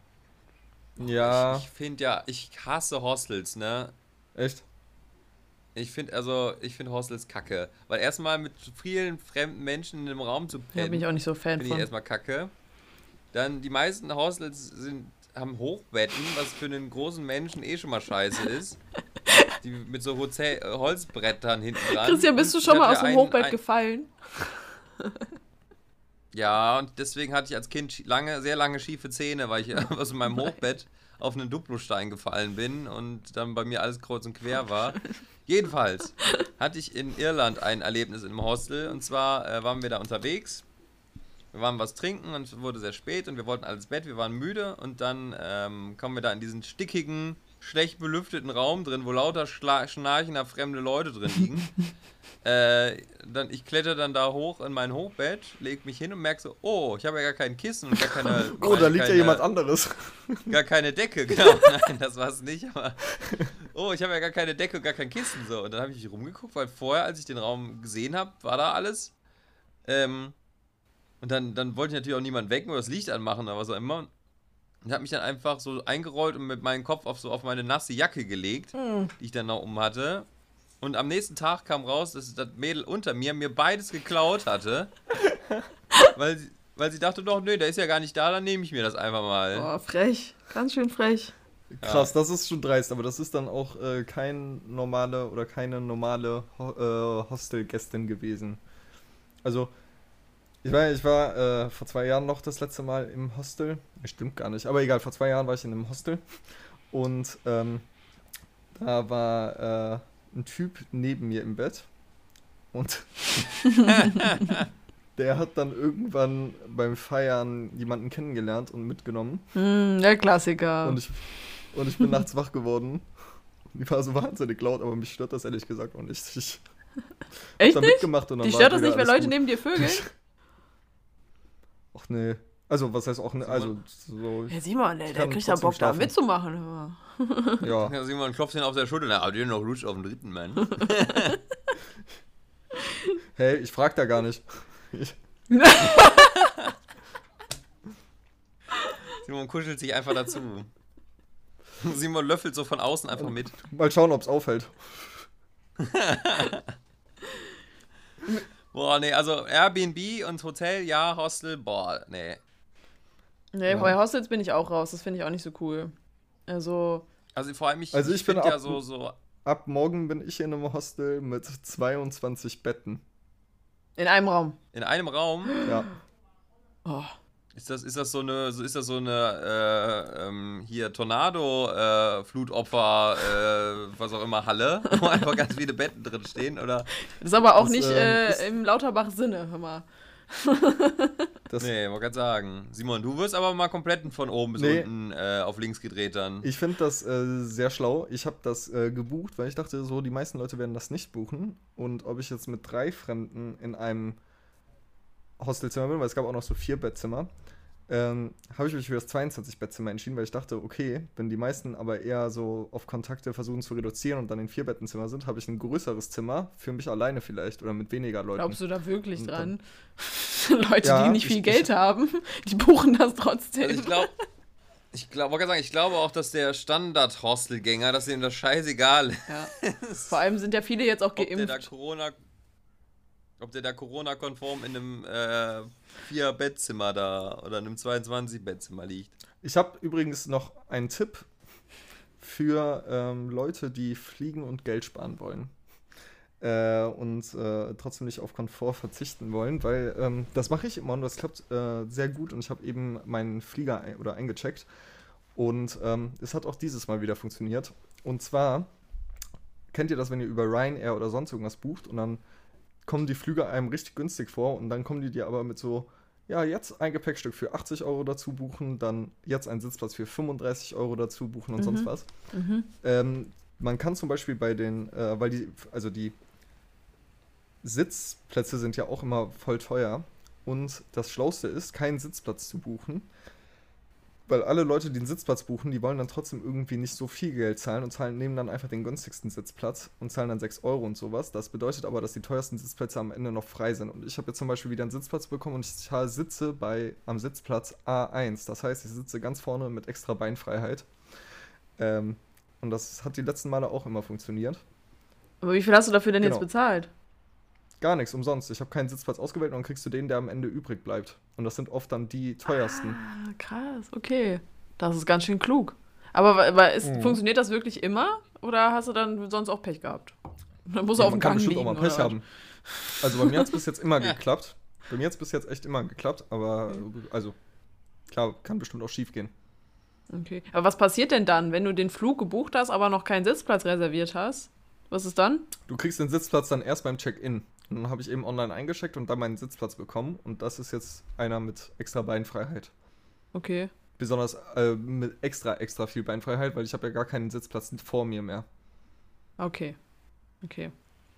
Ja, Ich, ich finde ja, ich hasse Hostels, ne? echt? Ich finde also, ich finde Hostels kacke. Weil erstmal mit vielen fremden Menschen in einem Raum zu Da pennen, bin ich auch nicht so Fan finde ich von. erstmal kacke. Dann die meisten Hostels sind, haben Hochbetten, was für einen großen Menschen eh schon mal scheiße ist. Die mit so Hotel, äh, Holzbrettern hinten dran. Christian, bist du Und schon ich mal hatte aus dem ein- Hochbett ein- gefallen? Ja, und deswegen hatte ich als Kind schie- lange, sehr lange schiefe Zähne, weil ich aus meinem Hochbett auf einen Duplostein gefallen bin und dann bei mir alles kreuz und quer war. Jedenfalls hatte ich in Irland ein Erlebnis im Hostel und zwar äh, waren wir da unterwegs. Wir waren was trinken und es wurde sehr spät und wir wollten alles Bett, wir waren müde und dann ähm, kommen wir da in diesen stickigen, schlecht belüfteten Raum drin, wo lauter schla- schnarchender fremde Leute drin liegen. äh, dann, ich kletter dann da hoch in mein Hochbett, leg mich hin und merke so, oh, ich habe ja gar kein Kissen und gar keine... Oh, da liegt keine, ja jemand anderes. Gar keine Decke, genau. Nein, das war es nicht, aber... Oh, ich habe ja gar keine Decke und gar kein Kissen. So. Und dann habe ich rumgeguckt, weil vorher, als ich den Raum gesehen habe, war da alles. Ähm, und dann, dann wollte ich natürlich auch niemanden wecken oder das Licht anmachen oder was auch immer. Und habe mich dann einfach so eingerollt und mit meinem Kopf auf, so auf meine nasse Jacke gelegt, die ich dann noch um hatte. Und am nächsten Tag kam raus, dass das Mädel unter mir mir beides geklaut hatte. weil, sie, weil sie dachte, doch, nö, der ist ja gar nicht da, dann nehme ich mir das einfach mal. Oh, frech. Ganz schön frech. Krass, das ist schon dreist, aber das ist dann auch äh, kein normale oder keine normale Ho äh, Hostelgästin gewesen. Also, ich war, ich war äh, vor zwei Jahren noch das letzte Mal im Hostel. Stimmt gar nicht, aber egal, vor zwei Jahren war ich in einem Hostel. Und ähm, da war äh, ein Typ neben mir im Bett. Und der hat dann irgendwann beim Feiern jemanden kennengelernt und mitgenommen. Hm, der Klassiker. Und ich, und ich bin nachts wach geworden. Die war so wahnsinnig laut, aber mich stört das ehrlich gesagt auch nicht. Ich Echt hab da nicht? mitgemacht und dann Die war stört das wieder nicht, wenn alles Leute gut. neben dir vögeln? Ach nee. Also, was heißt auch ne? Also, so. Ja, Simon, ey, der kann kriegt ja trotzdem Bock, da schlafen. mitzumachen. Immer. Ja. Ja, Simon klopft ihn auf der Schulter, na, aber den noch Lutsch auf den dritten, Mann. Hey, ich frag da gar nicht. Ich, Simon kuschelt sich einfach dazu. Simon löffelt so von außen einfach mit. mal schauen, ob's auffällt. Boah, nee, also Airbnb und Hotel, ja, Hostel, boah, nee. Nee, Ja. bei Hostels bin ich auch raus. Das finde ich auch nicht so cool. Also, Also vor allem, ich, Also ich bin finde ja ab- so, so, Ab morgen bin ich in einem Hostel mit zweiundzwanzig Betten. in einem Raum. in einem Raum, Ja. Oh. ist das, ist das so eine, so ist das so eine, äh, ähm, hier, Tornado, äh, Flutopfer, äh, was auch immer, Halle, wo einfach ganz viele Betten drin stehen, oder? Das ist aber auch Das, nicht ähm, äh, ist- im Lauterbach-Sinne, hör mal. Das, Nee, wollte gerade sagen. Simon, du wirst aber mal komplett von oben bis Nee. unten äh, auf links gedreht dann. Ich finde das äh, sehr schlau. Ich habe das äh, gebucht, weil ich dachte, so die meisten Leute werden das nicht buchen. Und ob ich jetzt mit drei Fremden in einem Hostelzimmer bin, weil es gab auch noch so vier Bettzimmer, ähm, habe ich mich für das zweiundzwanzig-Bettzimmer entschieden, weil ich dachte, okay, wenn die meisten aber eher so auf Kontakte versuchen zu reduzieren und dann in vier Bettenzimmer sind, habe ich ein größeres Zimmer für mich alleine vielleicht oder mit weniger Leuten. Glaubst du da wirklich Und dran? Leute, Ja, die nicht viel ich- Geld haben, die buchen das trotzdem. Also ich glaube, ich glaube, wollte gerade sagen, ich glaube auch, dass der Standard-Hostelgänger, dass ihm das scheißegal Ja. Vor allem sind ja viele jetzt auch ob der da geimpft. Corona, ob der da Corona-konform in einem äh, Vier-Bettzimmer da oder in einem zweiundzwanzig-Bettzimmer liegt. Ich habe übrigens noch einen Tipp für ähm, Leute, die fliegen und Geld sparen wollen. Äh, und äh, trotzdem nicht auf Komfort verzichten wollen, weil ähm, das mache ich immer und das klappt äh, sehr gut und ich habe eben meinen Flieger ein oder eingecheckt und ähm, es hat auch dieses Mal wieder funktioniert. Und zwar, kennt ihr das, wenn ihr über Ryanair oder sonst irgendwas bucht und dann kommen die Flüge einem richtig günstig vor und dann kommen die dir aber mit so, ja, jetzt ein Gepäckstück für achtzig Euro dazu buchen, dann jetzt einen Sitzplatz für fünfunddreißig Euro dazu buchen und Mhm. sonst was. Mhm. Ähm, man kann zum Beispiel bei den, äh, weil die, also die Sitzplätze sind ja auch immer voll teuer und das Schlauste ist, keinen Sitzplatz zu buchen, weil alle Leute, die einen Sitzplatz buchen, die wollen dann trotzdem irgendwie nicht so viel Geld zahlen und zahlen, nehmen dann einfach den günstigsten Sitzplatz und zahlen dann sechs Euro und sowas. Das bedeutet aber, dass die teuersten Sitzplätze am Ende noch frei sind. Und ich habe jetzt zum Beispiel wieder einen Sitzplatz bekommen und ich sitze bei, am Sitzplatz A eins. Das heißt, ich sitze ganz vorne mit extra Beinfreiheit. Ähm, und das hat die letzten Male auch immer funktioniert. Aber wie viel hast du dafür denn Genau. jetzt bezahlt? Gar nichts, umsonst. Ich habe keinen Sitzplatz ausgewählt und dann kriegst du den, der am Ende übrig bleibt. Und das sind oft dann die teuersten. Ah, krass, okay. Das ist ganz schön klug. Aber wa- wa- ist, Mhm. funktioniert das wirklich immer? Oder hast du dann sonst auch Pech gehabt? Dann muss er Ja, auf man dem kann Gang bestimmt liegen, auch mal Pech oder? haben. Also bei mir hat es bis jetzt immer Ja. geklappt. Bei mir hat es bis jetzt echt immer geklappt, aber also klar, kann bestimmt auch schief gehen. Okay. Aber was passiert denn dann, wenn du den Flug gebucht hast, aber noch keinen Sitzplatz reserviert hast? Was ist dann? Du kriegst den Sitzplatz dann erst beim Check-in. Und dann habe ich eben online eingecheckt und dann meinen Sitzplatz bekommen. Und das ist jetzt einer mit extra Beinfreiheit. Okay. Besonders äh, mit extra, extra viel Beinfreiheit, weil ich habe ja gar keinen Sitzplatz vor mir mehr. Okay. Okay.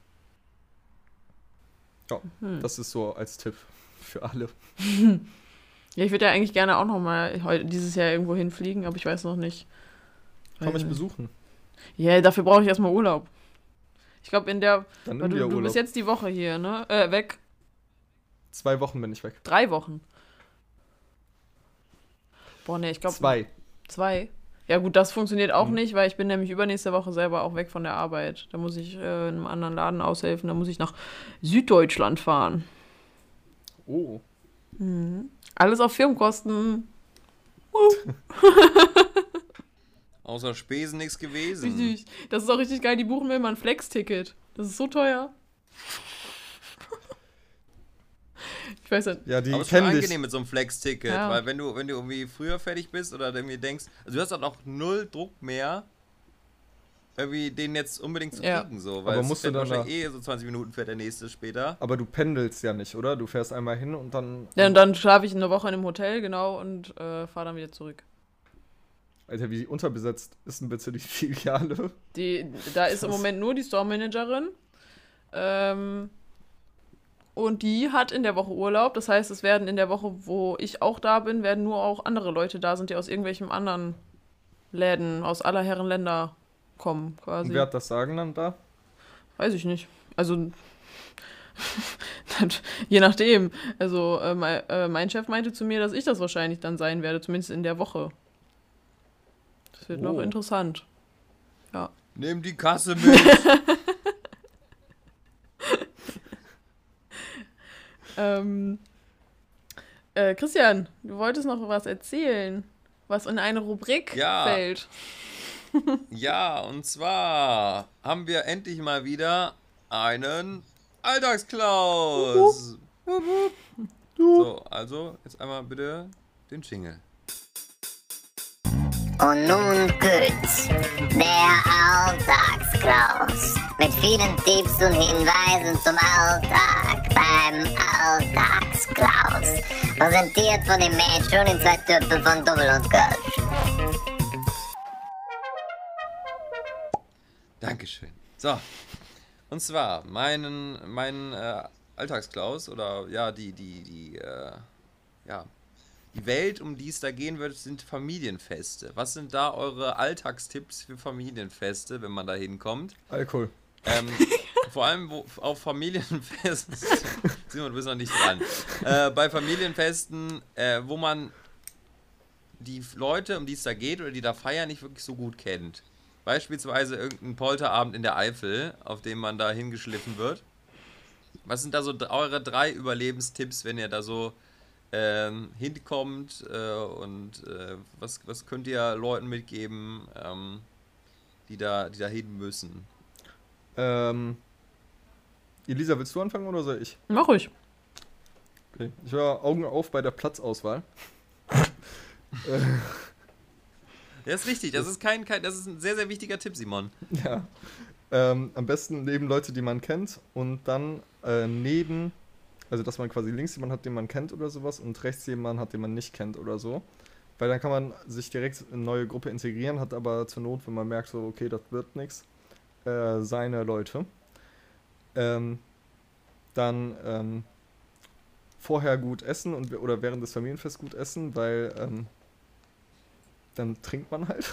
Ja, Hm. das ist so als Tipp für alle. Ja, ich würde ja eigentlich gerne auch noch mal heute, dieses Jahr irgendwo hinfliegen, aber ich weiß noch nicht. Kann Weiß mich nicht. besuchen. Ja, dafür brauche ich erstmal Urlaub. Ich glaube, in der. Dann Weil nimm du, dir du Urlaub. bist jetzt die Woche hier, ne? Äh, weg. Zwei Wochen bin ich weg. Drei Wochen. Boah, ne, ich glaube. Zwei. Zwei. Ja, gut, das funktioniert auch Mhm. nicht, weil ich bin nämlich übernächste Woche selber auch weg von der Arbeit. Da muss ich äh, in einem anderen Laden aushelfen. Da muss ich nach Süddeutschland fahren. Oh. Mhm. Alles auf Firmenkosten. Außer Spesen nichts gewesen. Richtig. Das ist auch richtig geil. Die buchen mir immer ein Flex-Ticket. Das ist so teuer. Ich weiß nicht. Ja, die Aber es ist schon kennen dich. angenehm mit so einem Flex-Ticket, Ja. weil wenn du, wenn du irgendwie früher fertig bist oder irgendwie denkst, also du hast dann auch null Druck mehr, irgendwie den jetzt unbedingt zu Ja. kriegen, so, weil Aber es musst du fährt dann wahrscheinlich eh so zwanzig Minuten fährt der nächste später. Aber du pendelst ja nicht, oder? Du fährst einmal hin und dann. Ja, und dann schlafe ich eine Woche in einem Hotel, genau, und äh, fahre dann wieder zurück. Alter, wie unterbesetzt ist denn bitte die Filiale? Die, da ist im Krass. Moment nur die Store-Managerin. Ähm, und die hat in der Woche Urlaub. Das heißt, es werden in der Woche, wo ich auch da bin, werden nur auch andere Leute da sind, die aus irgendwelchen anderen Läden, aus aller Herren Länder kommen, quasi. Und wer hat das Sagen dann da? Weiß ich nicht. Also, Je nachdem. Also äh, mein, äh, mein Chef meinte zu mir, dass ich das wahrscheinlich dann sein werde, zumindest in der Woche. Das wird Oh. noch interessant. Ja. Nimm die Kasse mit. Ähm, äh, Christian, du wolltest noch was erzählen, was in eine Rubrik Ja. fällt. Ja, und zwar haben wir endlich mal wieder einen Alltagsklaus. So, also jetzt einmal bitte den Jingle. Und nun Gütz, der Alltagsklaus. Mit vielen Tipps und Hinweisen zum Alltag beim Alltagsklaus. Präsentiert von dem Mädchen in zwei Töpfen von Double und Kölsch. Dankeschön. So, und zwar meinen, meinen äh, Alltagsklaus oder ja, die, die, die, äh, ja, die Welt, um die es da gehen wird, sind Familienfeste. Was sind da eure Alltagstipps für Familienfeste, wenn man da hinkommt? Alkohol. Ähm, vor allem wo, auf Familienfesten, Simon, du bist noch nicht dran, äh, bei Familienfesten, äh, wo man die Leute, um die es da geht oder die da feiern, nicht wirklich so gut kennt. Beispielsweise irgendein Polterabend in der Eifel, auf dem man da hingeschliffen wird. Was sind da so eure drei Überlebenstipps, wenn ihr da so ähm, hinkommt äh, und äh, was, was könnt ihr Leuten mitgeben, ähm, die da, die da hin müssen? Ähm, Elisa, willst du anfangen oder soll ich? Mach ruhig. Okay. Ich war Augen auf bei der Platzauswahl. äh, Das ist richtig, das ist kein, kein, das ist ein sehr, sehr wichtiger Tipp, Simon. ja. Ähm, am besten neben Leute, die man kennt und dann äh, neben, also dass man quasi links jemanden hat, den man kennt oder sowas und rechts jemanden hat, den man nicht kennt oder so. Weil dann kann man sich direkt in eine neue Gruppe integrieren, hat aber zur Not, wenn man merkt, so okay, das wird nichts, äh, seine Leute. Ähm, dann ähm, vorher gut essen und oder während des Familienfests gut essen, weil ähm, dann trinkt man halt.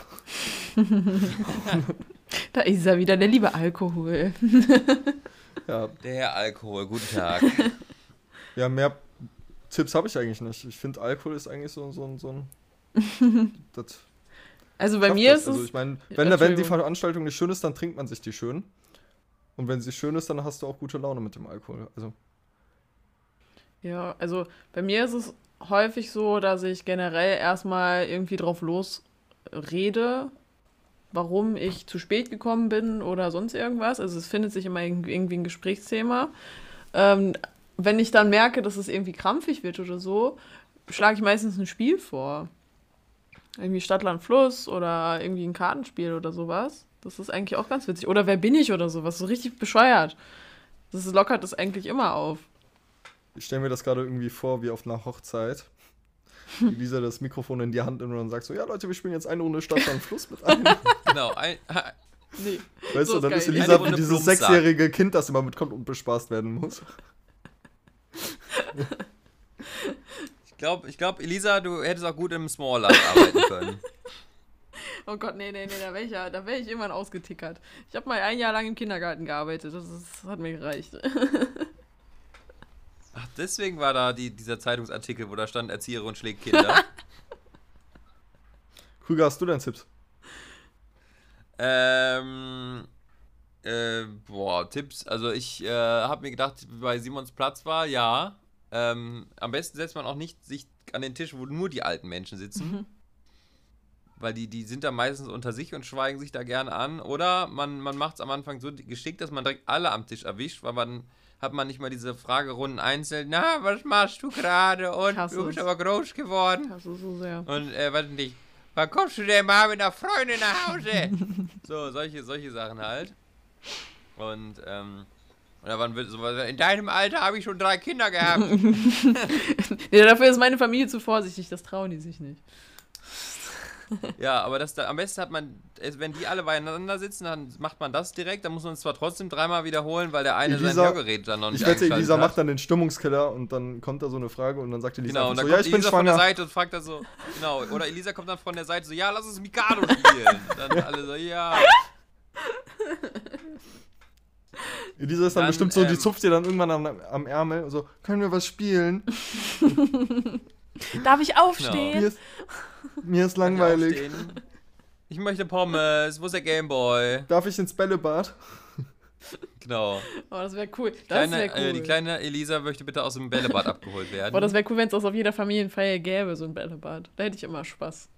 Da ist er wieder, der liebe Alkohol. Ja, Der Alkohol, guten Tag. ja, mehr Tipps habe ich eigentlich nicht. Ich finde, Alkohol ist eigentlich so, so, ein- so ein... das Also bei schafft mir das. ist Also es... ich meine, wenn, wenn die Entschuldigung. Veranstaltung nicht schön ist, dann trinkt man sich die schön. Und wenn sie schön ist, dann hast du auch gute Laune mit dem Alkohol. Also, Ja, also bei mir ist es häufig so, dass ich generell erstmal irgendwie drauf losrede, warum ich zu spät gekommen bin oder sonst irgendwas. Also es findet sich immer irg- irgendwie ein Gesprächsthema. Ähm, wenn ich dann merke, dass es irgendwie krampfig wird oder so, schlage ich meistens ein Spiel vor. Irgendwie Stadt, Land, Fluss oder irgendwie ein Kartenspiel oder sowas. Das ist eigentlich auch ganz witzig. Oder Wer bin ich oder sowas, so richtig bescheuert. Das lockert das eigentlich immer auf. ich stelle mir das gerade irgendwie vor, wie auf einer Hochzeit. Elisa das Mikrofon in die Hand nimmt und dann sagt so, ja Leute, wir spielen jetzt eine Runde Stadt am Fluss mit ein. Genau, ein, Nee. Weißt So du, dann ist ist geil. Elisa Eine wie Runde dieses Plumpsack. sechsjährige Kind, das immer mitkommt und bespaßt werden muss. ich glaube, ich glaub, Elisa, du hättest auch gut im Smallland arbeiten können. Oh Gott, nee, nee, nee, da wäre ich, ja, da wär ich irgendwann ausgetickert. Ich habe mal ein Jahr lang im Kindergarten gearbeitet, das, ist, das hat mir gereicht. Ach, deswegen war da die, dieser Zeitungsartikel, wo da stand, Erzieherin schlägt Kinder. Krüger, hast du denn Tipps? ähm, äh, boah, Tipps. Also ich äh, habe mir gedacht, wie bei Simons Platz war, ja. Ähm, am besten setzt man auch nicht sich an den Tisch, wo nur die alten Menschen sitzen. Mhm. Weil die, die sind da meistens unter sich und schweigen sich da gerne an. Oder man, man macht es am Anfang so geschickt, dass man direkt alle am Tisch erwischt, weil man hat man nicht mal diese Fragerunden einzeln. Na, was machst du gerade? Und Hasse du bist es. aber groß geworden. Das ist so sehr. Und äh, weiß nicht, wann kommst du denn mal mit einer Freundin nach Hause? So, solche, solche Sachen halt. Und, ähm, oder wann wird so, in deinem Alter habe ich schon drei Kinder gehabt. Nee, dafür ist meine Familie zu vorsichtig, das trauen die sich nicht. Ja, aber das da, am besten hat man, es- wenn die alle beieinander sitzen, dann macht man das direkt. Dann muss man es zwar trotzdem dreimal wiederholen, weil der eine Elisa- sein Hörgerät dann noch nicht Ich wette, eingeschaltet Elisa hat. macht dann den Stimmungskiller und dann kommt da so eine Frage und dann sagt Elisa Genau, und einfach dann so, ja, kommt ich bin Elisa von der schwanger. Seite und fragt das so, genau, oder Elisa kommt dann von der Seite so, ja, lass uns Mikado spielen. Dann alle so, ja. Elisa ist dann, Dann, bestimmt so, die ähm, zupft dir dann irgendwann am, am Ärmel und so, können wir was spielen? Darf ich Mir aufstehen? ist, mir ist Kann ich langweilig. aufstehen? Ich möchte Pommes. Wo ist der Gameboy? Darf ich ins Bällebad? Genau. Oh, das wäre cool. Das Kleine, wäre cool. äh, die kleine Elisa möchte bitte aus dem Bällebad abgeholt werden. Boah, das wäre cool, wenn es das auf jeder Familienfeier gäbe, so ein Bällebad. Da hätte ich immer Spaß.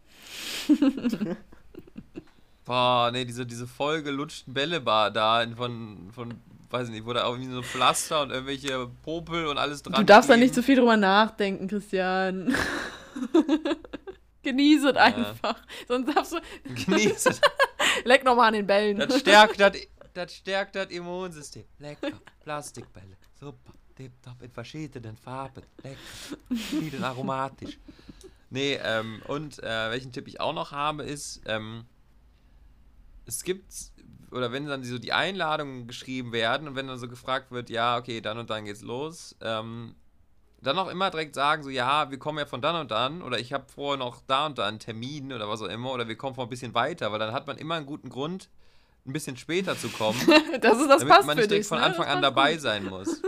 Boah, nee, diese, diese vollgelutschten Bällebad da in- von, von, weiß ich nicht, wo da auch irgendwie so Pflaster und irgendwelche Popel und alles dran Du darfst da kleben. nicht zu viel drüber nachdenken, Christian. Genieße es einfach. Sonst darfst du. Genieße. Leck nochmal an den Bällen. Das stärkt das, das stärkt das Immunsystem. Lecker. Plastikbälle. Super. Tipptopp in verschiedenen Farben. Lecker. Verschieden aromatisch. Nee, ähm, und äh, welchen Tipp ich auch noch habe, ist, ähm, es gibt, oder wenn dann so die Einladungen geschrieben werden und wenn dann so gefragt wird, ja, okay, dann und dann geht's los, ähm, dann auch immer direkt sagen, so, ja, wir kommen ja von dann und dann oder ich habe vorher noch da und da einen Termin oder was auch immer oder wir kommen von ein bisschen weiter, weil dann hat man immer einen guten Grund, ein bisschen später zu kommen, Das ist das damit passt man für nicht direkt dich. von ne? Anfang Das an passt dabei gut. sein muss.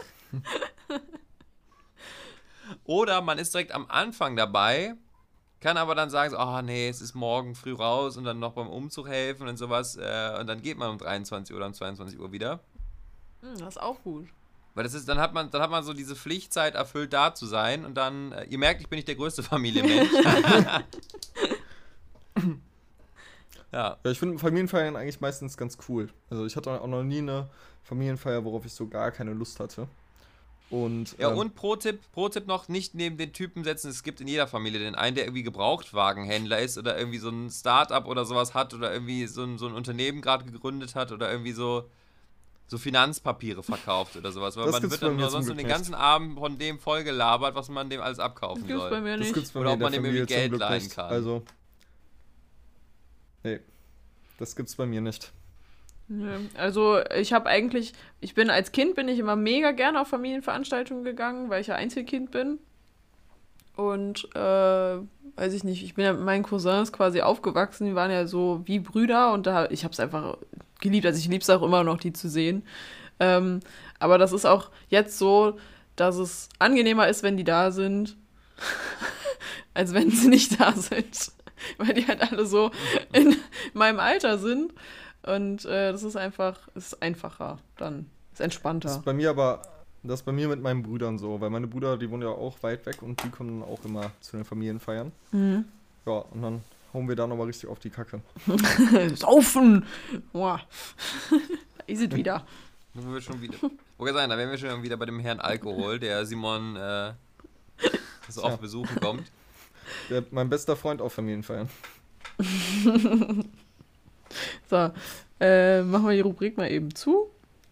Oder man ist direkt am Anfang dabei, kann aber dann sagen, so, oh nee, es ist morgen früh raus und dann noch beim Umzug helfen und sowas äh, und dann geht man um dreiundzwanzig oder um zweiundzwanzig Uhr wieder. Hm, das ist auch gut. Weil das ist, dann hat man, dann hat man so diese Pflichtzeit erfüllt, da zu sein und dann, äh, ihr merkt, ich bin nicht der größte Familienmensch. Ja. Ja, ich finde Familienfeiern eigentlich meistens ganz cool. Also ich hatte auch noch nie eine Familienfeier, worauf ich so gar keine Lust hatte. Und, Ja, ähm, und Pro-Tipp, Pro-Tipp noch, nicht neben den Typen setzen, es gibt in jeder Familie den einen, der irgendwie Gebrauchtwagenhändler ist oder irgendwie so ein Start-up oder sowas hat oder irgendwie so ein, so ein Unternehmen gerade gegründet hat oder irgendwie so, so Finanzpapiere verkauft oder sowas. Weil Das man gibt's wird bei dann mir nur zum sonst Glück den nicht. ganzen Abend von dem voll gelabert, was man dem alles abkaufen Das gibt's bei soll. mir das nicht. gibt's bei Oder mir ob in der man dem Familie irgendwie zum Geld Glück leihen nicht. kann. Also, nee, das gibt's bei mir nicht. Nö. Also ich habe eigentlich, ich bin als Kind bin ich immer mega gerne auf Familienveranstaltungen gegangen, weil ich ja Einzelkind bin. Und äh, weiß ich nicht, ich bin ja mit meinen Cousins quasi aufgewachsen, die waren ja so wie Brüder und da ich habe es einfach geliebt, also ich liebe es auch immer noch, die zu sehen. Ähm, aber das ist auch jetzt so, dass es angenehmer ist, wenn die da sind, als wenn sie nicht da sind. Weil die halt alle so in meinem Alter sind. Und äh, das ist einfach, ist einfacher dann. Ist Das entspannter. ist bei mir aber, das ist bei mir mit meinen Brüdern so, weil meine Brüder, die wohnen ja auch weit weg und die kommen auch immer zu den Familienfeiern. Mhm. Ja, und dann hauen wir da nochmal richtig auf die Kacke. Saufen! Boah. Da ist es wieder. Wo wir schon wieder. Wollte sagen, da wären wir schon wieder bei dem Herrn Alkohol, der Simon äh, so oft Ja. besuchen kommt. Der, mein bester Freund auf Familienfeiern. So, äh, machen wir die Rubrik mal eben zu.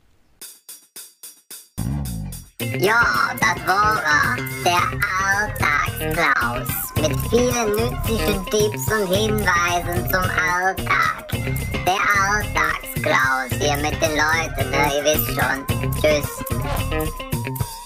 Ja, das war er, der Alltagsklaus. Mit vielen nützlichen Tipps und Hinweisen zum Alltag. Der Alltagsklaus hier mit den Leuten, ne? Ihr wisst schon. Tschüss.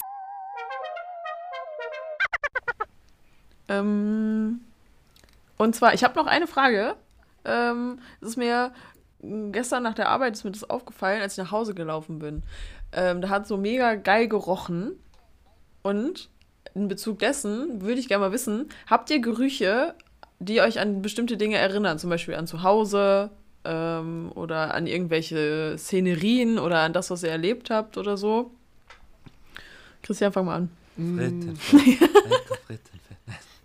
Ähm, und zwar, ich habe noch eine Frage. Ähm, es ist mir mh, gestern nach der Arbeit ist mir das aufgefallen, als ich nach Hause gelaufen bin. Ähm, da hat so mega geil gerochen. Und in Bezug dessen würde ich gerne mal wissen, habt ihr Gerüche, die euch an bestimmte Dinge erinnern? Zum Beispiel an zu Hause ähm, oder an irgendwelche Szenerien oder an das, was ihr erlebt habt oder so? Christian, fang mal an. Frittenfett. Lecker Frittenfett.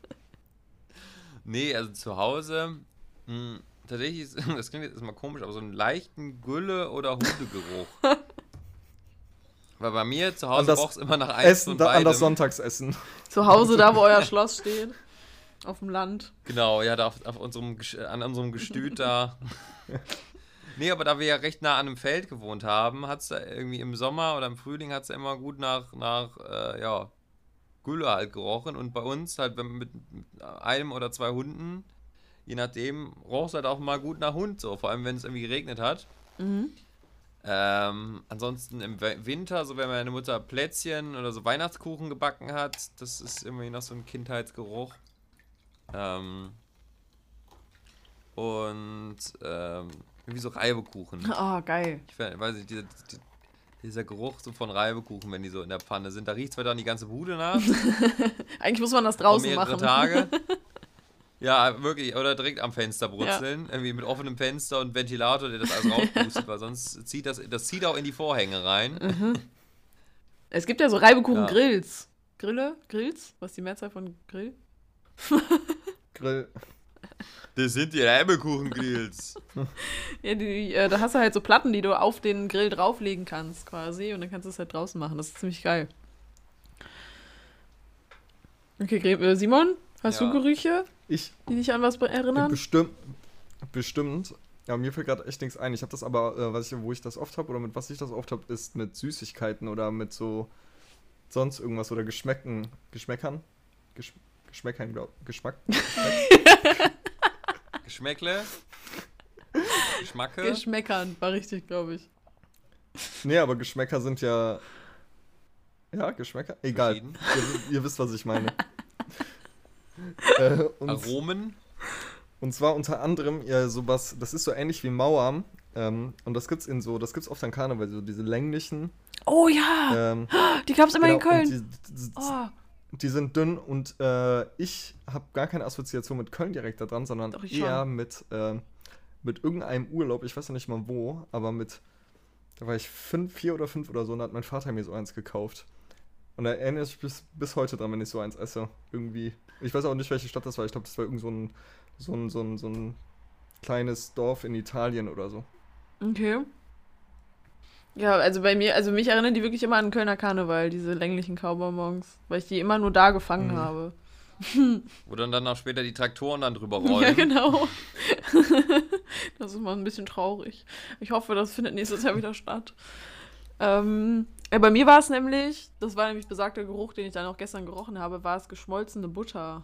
Nee, also zu Hause, mh, tatsächlich, ist, das klingt jetzt erstmal komisch, aber so einen leichten Gülle- oder Hundegeruch. Weil bei mir zu An Hause das roch es immer nach eins Essen, von da, beidem. an das Sonntagsessen. Zu Hause, da wo euer Schloss steht. Auf dem Land. Genau, ja, da auf, auf unserem, Ges- an unserem Gestüt da. Nee, aber da wir ja recht nah an einem Feld gewohnt haben, hat es da irgendwie im Sommer oder im Frühling hat es immer gut nach, nach äh, ja, Gülle halt gerochen. Und bei uns halt wenn mit, mit einem oder zwei Hunden, je nachdem, roch es halt auch mal gut nach Hund so, vor allem wenn es irgendwie geregnet hat. Mhm. Ähm, ansonsten im We- Winter, so wenn meine Mutter Plätzchen oder so Weihnachtskuchen gebacken hat, das ist irgendwie noch so ein Kindheitsgeruch. Ähm, und ähm, irgendwie so Reibekuchen. Oh, geil. Ich we- weiß nicht, diese, die, Dieser Geruch so von Reibekuchen, wenn die so in der Pfanne sind. Da riecht zwar dann die ganze Bude nach. Eigentlich muss man das draußen mehrere machen. Tage. Ja, wirklich. Oder direkt am Fenster brutzeln. Ja. Irgendwie mit offenem Fenster und Ventilator, der das alles rauspustet, weil sonst zieht das, das zieht auch in die Vorhänge rein. Mhm. Es gibt ja so Reibekuchen-Grills. Ja. Grille? Grills? Was ist die Mehrzahl von Grill? Grill. Das sind die Reibekuchen-Grills. Ja, die, äh, da hast du halt so Platten, die du auf den Grill drauflegen kannst quasi und dann kannst du es halt draußen machen. Das ist ziemlich geil. Okay, äh, Simon, hast Ja. du Gerüche, Ich die dich an was erinnern? bestimmt. Bestimmt. Ja, mir fällt gerade echt nichts ein. Ich habe das aber, äh, was ich, wo ich das oft habe oder mit was ich das oft habe, ist mit Süßigkeiten oder mit so sonst irgendwas oder Geschmäcken. Geschmäckern? Gesch Geschmäckern, glaub Geschmack? Geschmäckle. Geschmacke. Geschmäckern, war richtig, glaube ich. Nee, aber Geschmäcker sind ja. Ja, Geschmäcker? Egal. Verschieden. Ihr, ihr wisst, was ich meine. äh, und, Aromen. und zwar unter anderem ja sowas, das ist so ähnlich wie Mauern. Ähm, und das gibt's in so, das gibt's oft an Karneval, so diese länglichen. Oh ja, Ähm, die gab's immer genau, in Köln. und Die, die, Oh, die sind dünn und äh, ich habe gar keine Assoziation mit Köln direkt da dran, sondern Doch, ich eher schon. mit, äh, mit irgendeinem Urlaub, ich weiß noch nicht mal wo, aber mit, da war ich fünf, vier oder fünf oder so und da hat mein Vater mir so eins gekauft. Und da erinnere ich mich bis, bis heute dran, wenn ich so eins esse. Irgendwie. Ich weiß auch nicht, welche Stadt das war. Ich glaube, das war irgend so ein, so ein, so ein, so ein kleines Dorf in Italien oder so. okay. Ja, also bei mir, also mich erinnern die wirklich immer an Kölner Karneval, diese länglichen Kaubonbons, weil ich die immer nur da gefangen Mhm. habe. Wo dann, dann auch später die Traktoren dann drüber Ja, rollen. genau. Das ist mal ein bisschen traurig. Ich hoffe, das findet nächstes Jahr wieder statt. Ähm, ja, bei mir war es nämlich, das war nämlich besagter Geruch, den ich dann auch gestern gerochen habe, war es geschmolzene Butter.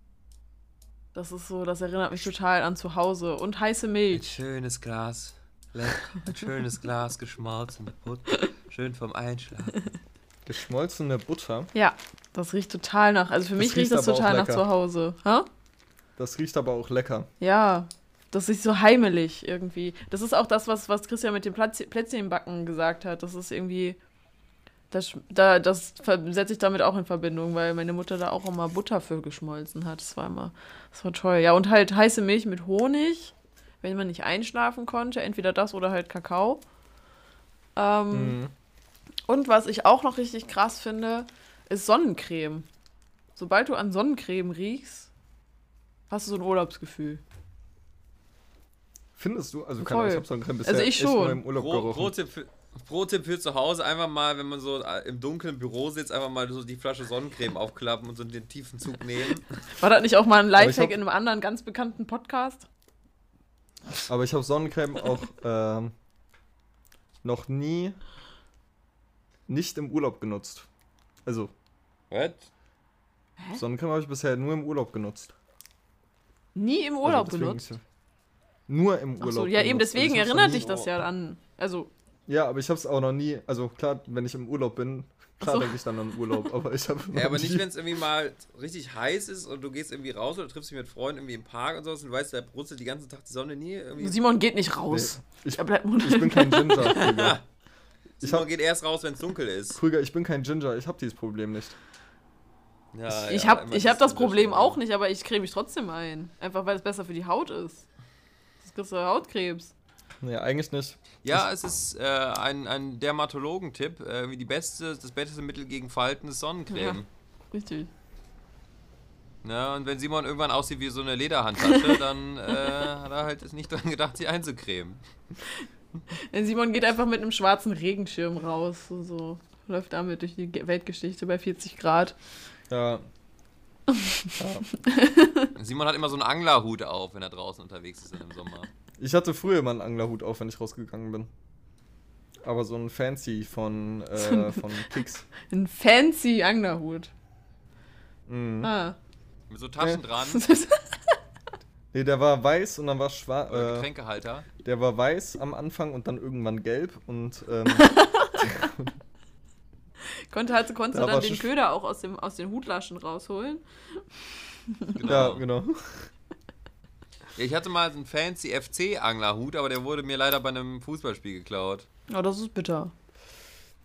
Das ist so, das erinnert mich total an zu Hause. Und heiße Ein Milch. schönes Glas. Lecker. Ein schönes Glas geschmolzene Butter. Schön vom Einschlafen. Geschmolzene Butter, Ja, das riecht total nach, also für Das mich riecht riecht das aber auch total nach lecker. zu Hause. Ha? das riecht aber auch lecker. Ja, das ist so heimelig irgendwie. Das ist auch das, was, was Christian mit dem Platz, Plätzchenbacken gesagt hat. Das ist irgendwie, das, da, das ver- setze ich damit auch in Verbindung, weil meine Mutter da auch immer Butter für geschmolzen hat. Das war immer, das war toll. Ja, und halt heiße Milch mit Honig, wenn man nicht einschlafen konnte. Entweder das oder halt Kakao. Ähm, Mhm. Und was ich auch noch richtig krass finde, ist Sonnencreme. Sobald du an Sonnencreme riechst, hast du so ein Urlaubsgefühl. Findest du? Also, Voll. keine Ahnung, ich habe so einen Creme bisher Also ich echt nur schon. im Urlaub Pro, gerochen. Pro-Tipp für, Pro-Tipp für zu Hause, einfach mal, wenn man so äh, im dunklen Büro sitzt, einfach mal so die Flasche Sonnencreme aufklappen und so den tiefen Zug nehmen. War das nicht auch mal ein Aber ich Lifehack hab- in einem anderen ganz bekannten Podcast? Aber ich habe Sonnencreme auch ähm, noch nie nicht im Urlaub genutzt. Also, Was? Sonnencreme habe ich bisher nur im Urlaub genutzt. Nie im Urlaub also deswegen- benutzt? Nur im Urlaub Achso, ja eben, benutzt. deswegen Also ich hab's noch erinnert nie- dich das ja an. Also, Ja, aber ich habe es auch noch nie, also klar, wenn ich im Urlaub bin, klar Ach so. denke ich dann an Urlaub, aber ich habe Ja, aber nicht, wenn es irgendwie mal richtig heiß ist und du gehst irgendwie raus oder triffst dich mit Freunden irgendwie im Park und sowas und du weißt, da brutzelt die ganze Tag die Sonne nie. Irgendwie. Simon geht nicht raus. Nee, ich, Er bleibt ich bin kein Ginger, Krüger. Ich Simon hab- geht erst raus, wenn es dunkel ist. Krüger, ich bin kein Ginger, ich habe dieses Problem nicht. Ja, Ich ja, habe immer ich hab dieses das Problem Unterschied. auch nicht, aber ich creme mich trotzdem ein. Einfach weil es besser für die Haut ist. Das kriegst du Hautkrebs. Nee, eigentlich nicht. Ja, es ist äh, ein, ein Dermatologen-Tipp, äh, wie die beste, das beste Mittel gegen Falten ist Sonnencreme. Richtig. Ja, und wenn Simon irgendwann aussieht wie so eine Lederhandtasche, dann äh, hat er halt nicht dran gedacht, sie einzucremen. Denn Simon geht einfach mit einem schwarzen Regenschirm raus. So, so. Läuft damit durch die Ge- Weltgeschichte bei vierzig Grad. Ja. Simon hat immer so einen Anglerhut auf, wenn er draußen unterwegs ist im Sommer. Ich hatte früher immer einen Anglerhut auf, wenn ich rausgegangen bin. Aber so ein Fancy von, äh, von Kicks. Ein fancy Anglerhut. Mhm. Ah. Mit so Taschen Ja. dran, Nee, der war weiß und dann war oder schwarz. Äh, Getränkehalter. der war weiß am Anfang und dann irgendwann gelb und ähm, Konnte halt, konntest Da du dann war den sch- Köder auch aus, dem, aus den Hutlaschen rausholen. Genau. ja, genau. Ja, ich hatte mal einen fancy F C-Anglerhut, aber der wurde mir leider bei einem Fußballspiel geklaut. Oh, das ist bitter.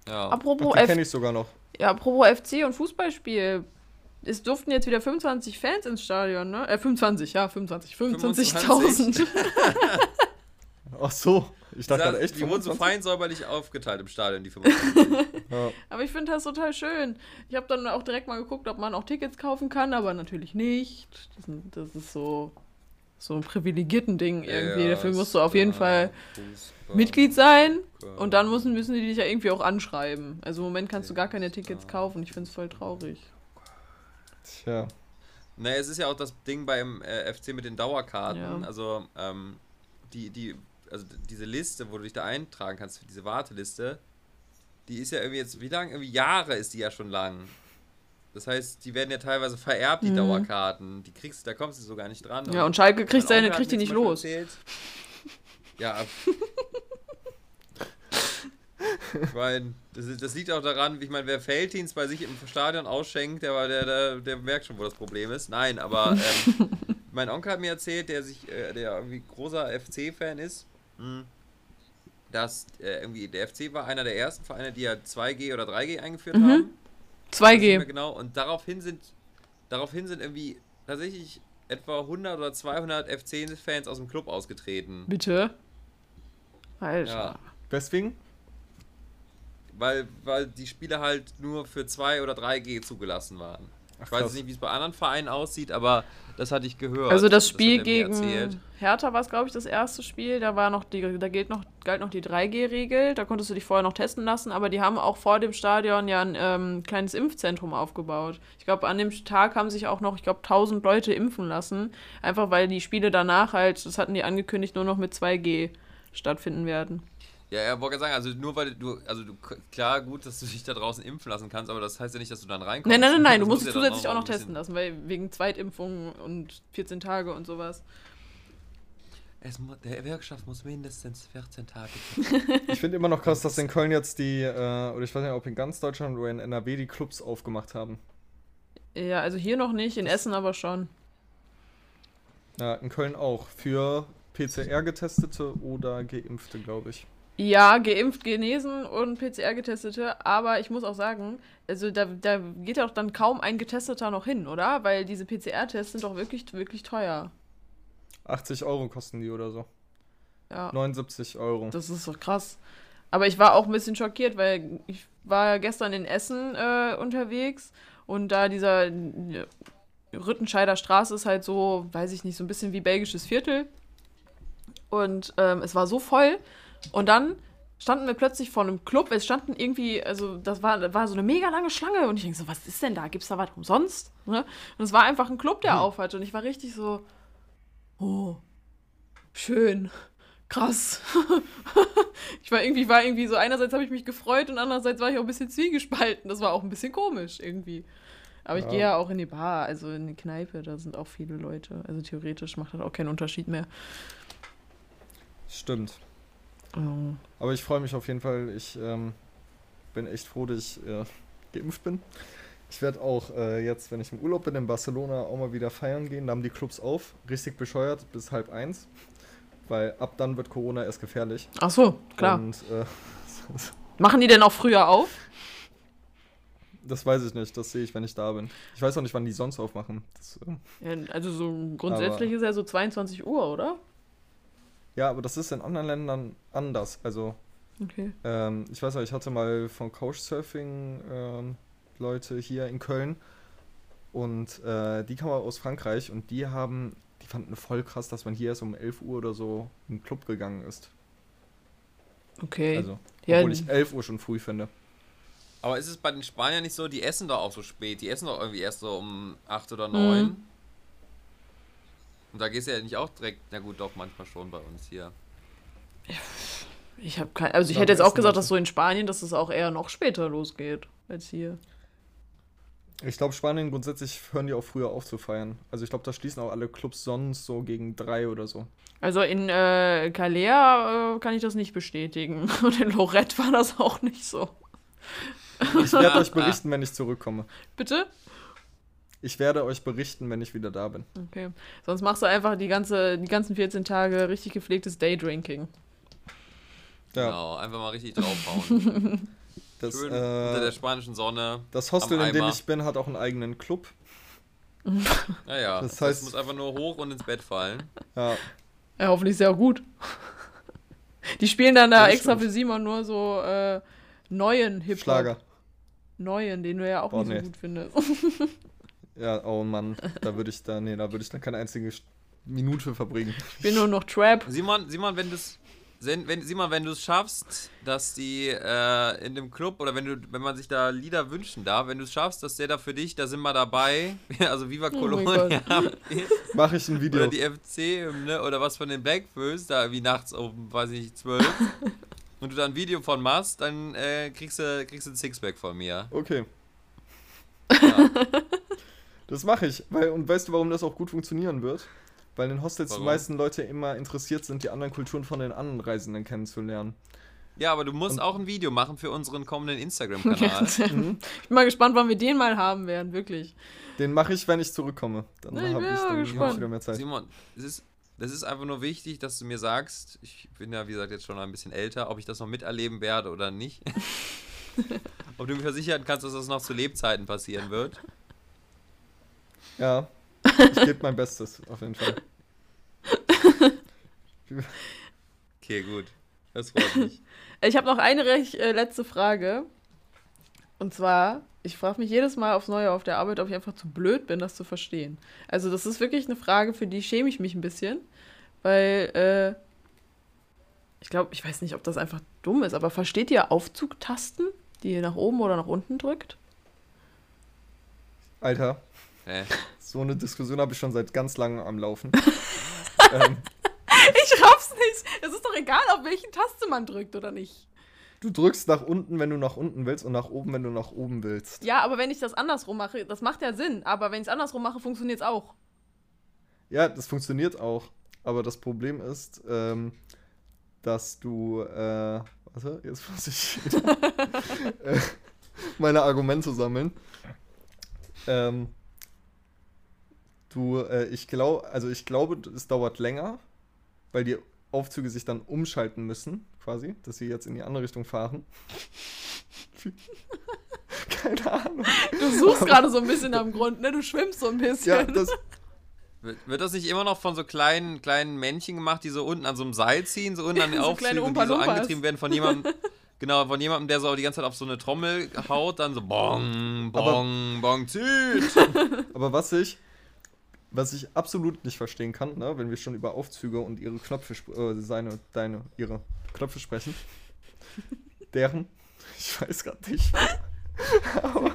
Ja. Apropos, Ach, die F kenne ich sogar noch. ja, apropos F C und Fußballspiel. Es durften jetzt wieder fünfundzwanzig Fans ins Stadion, ne? Äh, fünfundzwanzig, ja, fünfundzwanzig. fünfundzwanzigtausend. Ach so, ich dachte Das- gerade echt Die wurden so fünfundzwanzig? fein säuberlich aufgeteilt im Stadion, die fünfundzwanzig. Ja. Aber ich finde das total schön. Ich habe dann auch direkt mal geguckt, ob man auch Tickets kaufen kann, aber natürlich nicht. Das, sind- das ist so, so ein privilegierten Ding irgendwie. Ja, Dafür musst du auf jeden Fall Fußball. Mitglied sein und dann müssen, müssen die dich ja irgendwie auch anschreiben. Also im Moment kannst du gar keine Tickets kaufen. Ich finde es voll traurig. Tja. Naja, es ist ja auch das Ding beim äh, F C mit den Dauerkarten. Ja. Also, ähm, die, die, also diese Liste, wo du dich da eintragen kannst, für diese Warteliste, die ist ja irgendwie jetzt, wie lang? Irgendwie Jahre ist die ja schon lang. Das heißt, die werden ja teilweise vererbt, die Mhm. Dauerkarten. Die kriegst, da kommst du sogar nicht dran. Ja, und Schalke kriegt mein seine, Onkel hat kriegt die mir nicht zum Beispiel los. erzählt- Ja. Ich meine, das, ist- das liegt auch daran, wie ich meine, wer Felddienst bei sich im Stadion ausschenkt, der, war- der, der, der merkt schon, wo das Problem ist. Nein, aber ähm, mein Onkel hat mir erzählt, der sich, äh, der irgendwie großer F C-Fan ist, mh, dass äh, irgendwie der F C war einer der ersten Vereine, die ja zwei G oder drei G eingeführt Mhm. haben. zwei Weiß nicht mehr G. genau. Und daraufhin sind, daraufhin sind irgendwie tatsächlich etwa hundert oder zweihundert F C-Fans aus dem Club ausgetreten. Bitte? Alter. Ja. Deswegen? Weil, weil die Spiele halt nur für zwei oder drei G zugelassen waren. Ach, Ich weiß krass. jetzt nicht, wie es bei anderen Vereinen aussieht, aber das hatte ich gehört. Also das hat Spiel er mir gegen erzählt. Hertha war es, glaube ich, das erste Spiel. Da war noch die, da gilt noch, galt noch die drei G-Regel. Da konntest du dich vorher noch testen lassen, aber die haben auch vor dem Stadion ja ein ähm, kleines Impfzentrum aufgebaut. Ich glaube, an dem Tag haben sich auch noch, ich glaube, tausend Leute impfen lassen. Einfach weil die Spiele danach halt, das hatten die angekündigt, nur noch mit zwei G stattfinden werden. Ja, er wollte sagen, also nur weil du, also du, klar, gut, dass du dich da draußen impfen lassen kannst, aber das heißt ja nicht, dass du dann reinkommst. Nein, nein, nein, nein, du Das musst muss dich ja dann zusätzlich auch noch ein bisschen- testen lassen, weil wegen Zweitimpfungen und vierzehn Tage und sowas. Es mu der Wirkstoff muss mindestens vierzehn Tage. Ich finde immer noch krass, dass in Köln jetzt die, äh, oder ich weiß nicht, ob in ganz Deutschland oder in N R W die Clubs aufgemacht haben. Ja, also hier noch nicht, in Essen aber schon. Ja, in Köln auch. Für P C R-Getestete oder Geimpfte, glaube ich. Ja, geimpft, genesen und P C R-Getestete, aber ich muss auch sagen, also da, da geht ja auch dann kaum ein Getesteter noch hin, oder? Weil diese P C R-Tests sind doch wirklich, wirklich teuer. achtzig Euro kosten die oder so. Ja, neunundsiebzig Euro. das ist doch krass. Aber ich war auch ein bisschen schockiert, weil ich war ja gestern in Essen äh, unterwegs und da dieser äh, Rüttenscheider Straße ist halt so, weiß ich nicht, so ein bisschen wie belgisches Viertel. Und ähm, es war so voll. Und dann standen wir plötzlich vor einem Club. Es standen irgendwie, also das war, das war so eine mega lange Schlange. Und ich denke so, was ist denn da? Gibt's da was umsonst? Ne? Und es war einfach ein Club, der auf hatte. Und ich war richtig so, oh, schön, krass. ich war irgendwie, war irgendwie so, einerseits habe ich mich gefreut und andererseits war ich auch ein bisschen zwiegespalten. Das war auch ein bisschen komisch irgendwie. Aber ich Ja. gehe ja auch in die Bar, also in die Kneipe, da sind auch viele Leute. Also theoretisch macht das auch keinen Unterschied mehr. Stimmt. Oh. Aber ich freue mich auf jeden Fall. Ich ähm, bin echt froh, dass ich äh, geimpft bin. Ich werde auch äh, jetzt, wenn ich im Urlaub bin, in Barcelona auch mal wieder feiern gehen. Da haben die Clubs auf. Richtig bescheuert bis halb eins. Weil ab dann wird Corona erst gefährlich. Ach so, klar. Und äh, Machen die denn auch früher auf? das weiß ich nicht. Das sehe ich, wenn ich da bin. Ich weiß auch nicht, wann die sonst aufmachen. Das, äh, Ja, also so grundsätzlich ist ja so zweiundzwanzig Uhr, oder? ja, aber das ist in anderen Ländern anders. Also Okay. Ähm, ich weiß nicht, ich hatte mal von Couchsurfing ähm, Leute hier in Köln und äh, die kamen aus Frankreich und die haben, die fanden voll krass, dass man hier erst um elf Uhr oder so in den Club gegangen ist. Okay. Also, Ja, obwohl ich elf Uhr schon früh finde. Aber ist es bei den Spaniern nicht so, die essen doch auch so spät. Die essen doch irgendwie erst so um acht oder neun. Mhm. Und da gehst du ja nicht auch direkt, na gut, doch, manchmal schon bei uns hier. Ich habe kein, also ich Ja, hätte jetzt am auch besten gesagt, Leute. dass so in Spanien, dass es auch eher noch später losgeht als hier. Ich glaube, Spanien grundsätzlich hören die auch früher auf zu feiern. Also ich glaube, da schließen auch alle Clubs sonst so gegen drei oder so. Also in äh, Calais äh, kann ich das nicht bestätigen. Und in Lorette war das auch nicht so. Ich werde euch berichten, wenn ich zurückkomme. Bitte? Ich werde euch berichten, wenn ich wieder da bin. Okay. Sonst machst du einfach die, ganze, die ganzen vierzehn Tage richtig gepflegtes Daydrinking. Ja. Genau, einfach mal richtig draufhauen. Das, Schön äh, unter der spanischen Sonne. das Hostel, am in dem Eimer. ich bin, hat auch einen eigenen Club. Naja, Das das, heißt- muss einfach nur hoch und ins Bett fallen. Ja, Ja, hoffentlich sehr gut. Die spielen dann da Ja, extra stimmt. für Simon nur so äh, neuen Hip-Hop. Schlager. Neuen, den du ja auch Oh, nicht nee. so gut findest. Ja, oh Mann, da würde ich da, nee, da würde ich dann keine einzige St- Minute verbringen. Ich bin nur noch Trap. Simon, Simon, wenn du es wenn, wenn, Simon, wenn du es schaffst, dass die äh, in dem Club oder wenn du, wenn man sich da Lieder wünschen darf, wenn du es schaffst, dass der da für dich, da sind wir dabei, also Viva Oh mein Colonia Mache ich ein Video. oder die F C-Hymne oder was von den Blackfoes, da wie nachts um, weiß ich nicht, zwölf und du da ein Video von machst, dann äh, kriegst du kriegst du ein Sixpack von mir. Okay, Ja. das mache ich. Weil, und weißt du, warum das auch gut funktionieren wird? Weil in Hostels Warum? die meisten Leute immer interessiert sind, die anderen Kulturen von den anderen Reisenden kennenzulernen. Ja, aber du musst Und- auch ein Video machen für unseren kommenden Instagram-Kanal. Ich bin mal gespannt, wann wir den mal haben werden, wirklich. Den mache ich, wenn ich zurückkomme. Dann Ich habe bin ich, ja dann hab gespannt. ich wieder mehr Zeit. Simon, es ist, das ist einfach nur wichtig, dass du mir sagst, ich bin ja, wie gesagt, jetzt schon ein bisschen älter, ob ich das noch miterleben werde oder nicht. Ob du mir versichern kannst, dass das noch zu Lebzeiten passieren wird. Ja, ich gebe mein Bestes, auf jeden Fall. Okay, gut. Das freut mich. Ich habe noch eine recht äh, letzte Frage. Und zwar, ich frage mich jedes Mal aufs Neue auf der Arbeit, ob ich einfach zu blöd bin, das zu verstehen. Also das ist wirklich eine Frage, für die schäme ich mich ein bisschen. Weil, äh, ich glaube, ich weiß nicht, ob das einfach dumm ist, aber versteht ihr Aufzugtasten, die ihr nach oben oder nach unten drückt? Alter, Hä? so eine Diskussion habe ich schon seit ganz langem am Laufen. ähm, Ich raff's nicht. Es ist doch egal, auf welche Taste man drückt oder nicht. du drückst nach unten, wenn du nach unten willst und nach oben, wenn du nach oben willst. Ja, aber wenn ich das andersrum mache, das macht ja Sinn. Aber wenn ich es andersrum mache, funktioniert es auch. Ja, das funktioniert auch. Aber das Problem ist, ähm, dass du, äh, warte, jetzt muss ich äh, meine Argumente sammeln. Ähm, du, äh, ich glaube, also ich glaube, es dauert länger, weil die Aufzüge sich dann umschalten müssen, quasi, dass sie jetzt in die andere Richtung fahren. Keine Ahnung. Du suchst gerade so ein bisschen am Grund, ne? Du schwimmst so ein bisschen. Ja, das, Wird, wird das nicht immer noch von so kleinen, kleinen Männchen gemacht, die so unten an so einem Seil ziehen, so unten an den So Aufzügen, kleine und die so Umpa-Lumpas. angetrieben werden von jemandem, genau, von jemandem, der so die ganze Zeit auf so eine Trommel haut, dann so bong, Aber- bong, bong, zieht. aber was ich, was ich absolut nicht verstehen kann, ne, wenn wir schon über Aufzüge und ihre Knöpfe, sp- äh, seine, deine, ihre Knöpfe sprechen, deren, ich weiß gerade nicht, aber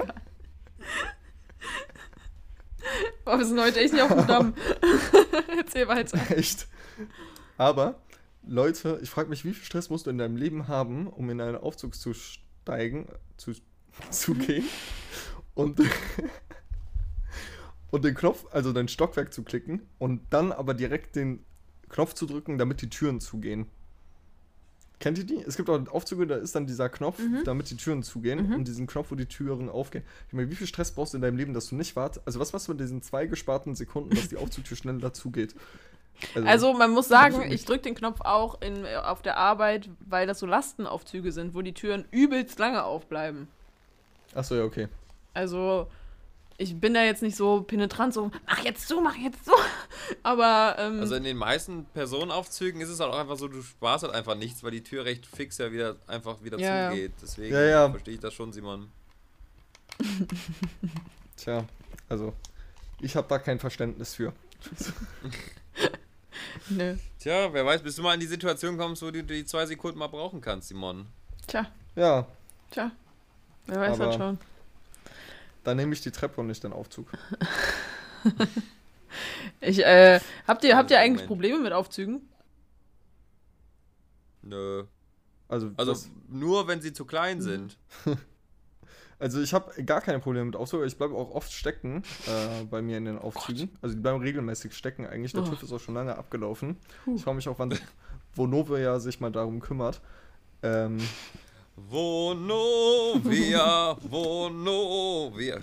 Boah, wir sind heute echt nicht auf dem Damm. Erzähl weiter. echt, aber Leute, ich frage mich, wie viel Stress musst du in deinem Leben haben, um in einen Aufzug zu steigen, zu, zu gehen und und den Knopf, also dein Stockwerk zu klicken und dann aber direkt den Knopf zu drücken, damit die Türen zugehen. Kennt ihr die? Es gibt auch Aufzüge, da ist dann dieser Knopf, damit die Türen zugehen und diesen Knopf, wo die Türen aufgehen. Ich meine, wie viel Stress brauchst du in deinem Leben, dass du nicht wartest? Also was machst du mit diesen zwei gesparten Sekunden, dass die Aufzugtür schneller zugeht? Also man muss sagen, absolut ich drücke den Knopf auch in, auf der Arbeit, weil das so Lastenaufzüge sind, wo die Türen übelst lange aufbleiben. Achso, ja, okay. Also ich bin da jetzt nicht so penetrant, so mach jetzt so, mach jetzt so. Aber ähm, Also in den meisten Personenaufzügen ist es halt auch einfach so, du sparst halt einfach nichts, weil die Tür recht fix ja wieder einfach wieder Ja, ja. zugeht. Deswegen Ja, ja. verstehe ich das schon, Simon. Tja, also ich habe da kein Verständnis für. nö. Tja, wer weiß, bis du mal in die Situation kommst, wo du die zwei Sekunden mal brauchen kannst, Simon. Tja, Ja, tja. Wer weiß Aber- halt schon. dann nehme ich die Treppe und nicht den Aufzug. Ich, äh, habt ihr, habt ihr Also, eigentlich Moment. Probleme mit Aufzügen? Nö. Also, Also das, nur, wenn sie zu klein sind. also ich habe gar keine Probleme mit Aufzug. Ich bleibe auch oft stecken äh, bei mir in den Aufzügen. Also die bleiben regelmäßig stecken eigentlich. Der Oh. TÜV ist auch schon lange abgelaufen. Puh. Ich frage mich auch, wann Vonovia sich mal darum kümmert. Ähm, Vonovia, Vonovia.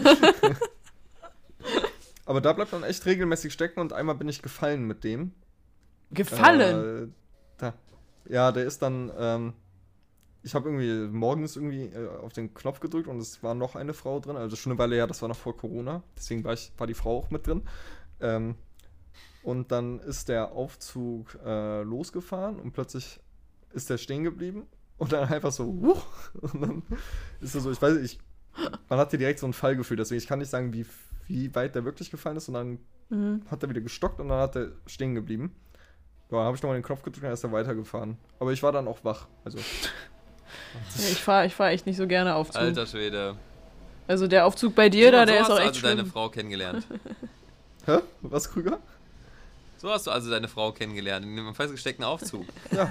aber da bleibt man echt regelmäßig stecken und einmal bin ich gefallen mit dem. Gefallen? Äh, da, ja, der ist dann, ähm, ich habe irgendwie morgens irgendwie äh, auf den Knopf gedrückt und es war noch eine Frau drin. Also schon eine Weile her, das war noch vor Corona. Deswegen war, ich, war die Frau auch mit drin. Ähm, und dann ist der Aufzug äh, losgefahren und plötzlich ist der stehen geblieben. Und dann einfach so, wuch, und dann ist er so, ich weiß nicht, ich, man hatte direkt so ein Fallgefühl. Deswegen, ich kann nicht sagen, wie, wie weit der wirklich gefallen ist. Und dann Mhm. hat er wieder gestockt und dann hat er stehen geblieben. Ja, dann habe ich nochmal den Knopf gedrückt und dann ist er weitergefahren. Aber ich war dann auch wach. Also. Ja, ich fahre ich fahr echt nicht so gerne Aufzug. Alter Schwede. Also der Aufzug bei dir, da, so der hast ist auch du echt also schlimm. deine Frau kennengelernt. Hä? Was, Krüger? So hast du also deine Frau kennengelernt, in einem festgesteckten Aufzug. Ja.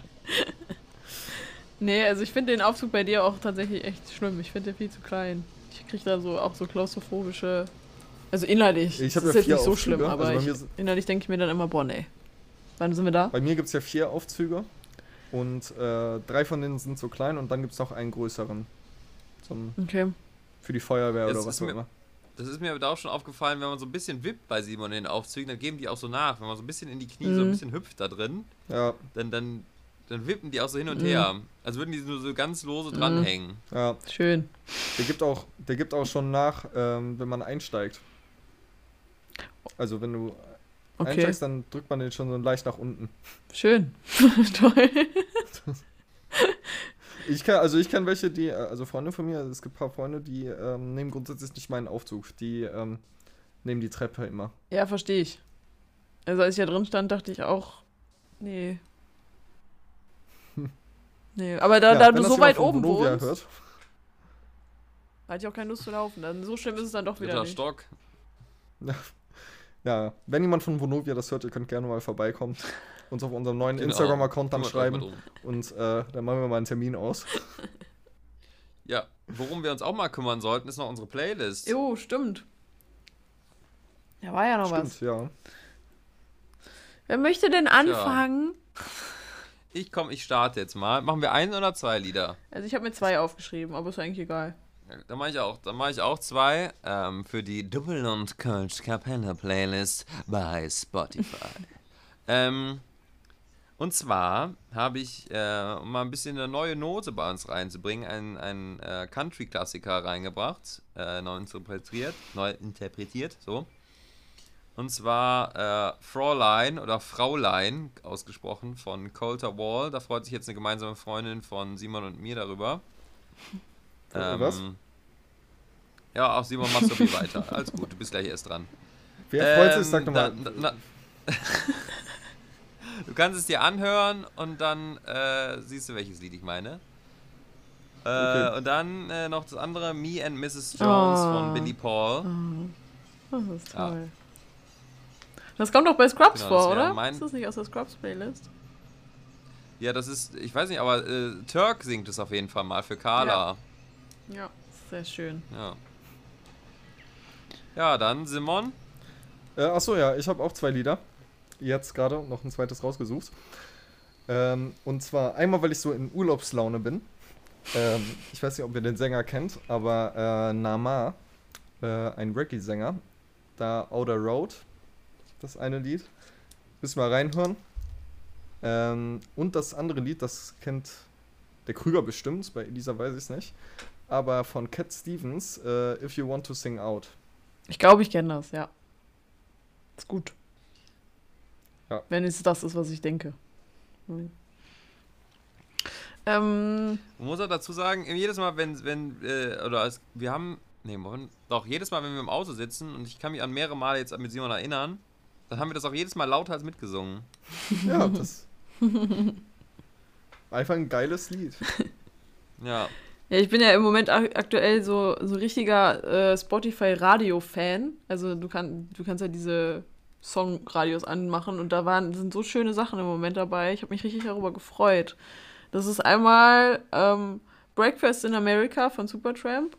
Nee, also ich finde den Aufzug bei dir auch tatsächlich echt schlimm. Ich finde den viel zu klein. Ich kriege da so auch so klaustrophobische... Also innerlich. Ich hab das ja ist jetzt vier nicht so Aufzüge, schlimm, aber also bei ich, mir sind- innerlich denke ich mir dann immer, boah, nee. Wann sind wir da? Bei mir gibt es ja vier Aufzüge. Und äh, drei von denen sind so klein und dann gibt es noch einen größeren. So ein, Okay. für die Feuerwehr Das oder ist was auch mir- immer. Das ist mir aber auch schon aufgefallen, wenn man so ein bisschen wippt bei Simon in den Aufzügen, dann geben die auch so nach. Wenn man so ein bisschen in die Knie so ein Mhm. bisschen hüpft da drin, Ja, dann, dann, dann wippen die auch so hin und Mhm. her. Als würden die nur so ganz lose dranhängen. ja. Schön. Der gibt auch, der gibt auch schon nach, ähm, wenn man einsteigt. Also wenn du Okay. einsteigst, dann drückt man den schon so leicht nach unten. Schön. Toll. Ich kann, also ich kenne welche, die, äh, also Freunde von mir, es gibt ein paar Freunde, die ähm, nehmen grundsätzlich nicht meinen Aufzug. Die ähm, nehmen die Treppe immer. Ja, verstehe ich. Also als ich da drin stand, dachte ich auch, nee. Nee, aber da, Ja, da wenn du das so jemand weit von oben Vonovia wohnst, hört. hatte ich auch keine Lust zu laufen. Dann, so schlimm ist es dann doch wieder Dritter nicht. Stock. Ja, wenn jemand von Vonovia das hört, ihr könnt gerne mal vorbeikommen. Uns auf unserem neuen Genau. Instagram-Account dann Kümmert euch mal schreiben. drum. Und äh, dann machen wir mal einen Termin aus. Ja, worum wir uns auch mal kümmern sollten, ist noch unsere Playlist. Jo, stimmt. Da war ja noch was. Stimmt, ja. Wer möchte denn anfangen? Ich komm, ich starte jetzt mal. Machen wir ein oder zwei Lieder? Also ich habe mir zwei aufgeschrieben, aber ist eigentlich egal. Ja, Da mache ich auch, da mache ich auch zwei ähm, für die Double und Kölsch Kapelle Playlist bei Spotify. ähm, und zwar habe ich, äh, um mal ein bisschen eine neue Note bei uns reinzubringen, einen, einen äh, Country-Klassiker reingebracht, äh, neu interpretiert, neu interpretiert, so. Und zwar äh, Fräulein oder Fraulein, ausgesprochen, von Colter Wall. Da freut sich jetzt eine gemeinsame Freundin von Simon und mir darüber. Äh, was? Ja, auch Simon, machst du viel weiter. Alles gut, du bist gleich erst dran. Wer freut sich, Ähm, sag doch mal. da- na- Du kannst es dir anhören und dann äh, siehst du, welches Lied ich meine. Äh, Okay. Und dann äh, noch das andere, Me and Missus Jones Oh. von Billy Paul. Das ist Ja. toll. Das kommt doch bei Scrubs Genau, das vor, wäre oder? mein- Ist das nicht aus der Scrubs-Playlist? Ja, das ist, ich weiß nicht, aber äh, Turk singt es auf jeden Fall mal für Carla. Ja, sehr schön. Ja. Ja, dann Simon. Äh, achso, ja, ich habe auch zwei Lieder. Jetzt gerade noch ein zweites rausgesucht. Ähm, und zwar einmal, weil ich so in Urlaubslaune bin. Ähm, ich weiß nicht, ob ihr den Sänger kennt, aber äh, Nama, äh, ein Reggae-Sänger, da Outer Road, das eine Lied. Müssen wir reinhören. Ähm, und das andere Lied, das kennt der Krüger bestimmt, bei Elisa weiß ich es nicht. Aber von Cat Stevens, äh, If You Want to Sing Out. Ich glaube, ich kenne das, ja. Ist gut. Ja. Wenn es das ist, was ich denke. Hm. Ähm, Man muss auch dazu sagen, jedes Mal, wenn, wenn, äh, oder es, wir haben, nee, Moment, doch, jedes Mal, wenn wir im Auto sitzen, und ich kann mich an mehrere Male jetzt mit Simon erinnern, dann haben wir das auch jedes Mal lauthals mitgesungen. Ja, das. Einfach ein geiles Lied. Ja. ja, ich bin ja im Moment ak aktuell so, so richtiger äh, Spotify-Radio-Fan. Also du, kann, du kannst ja diese Songradios anmachen und da waren, sind so schöne Sachen im Moment dabei. Ich habe mich richtig darüber gefreut. Das ist einmal ähm, Breakfast in America von Supertramp.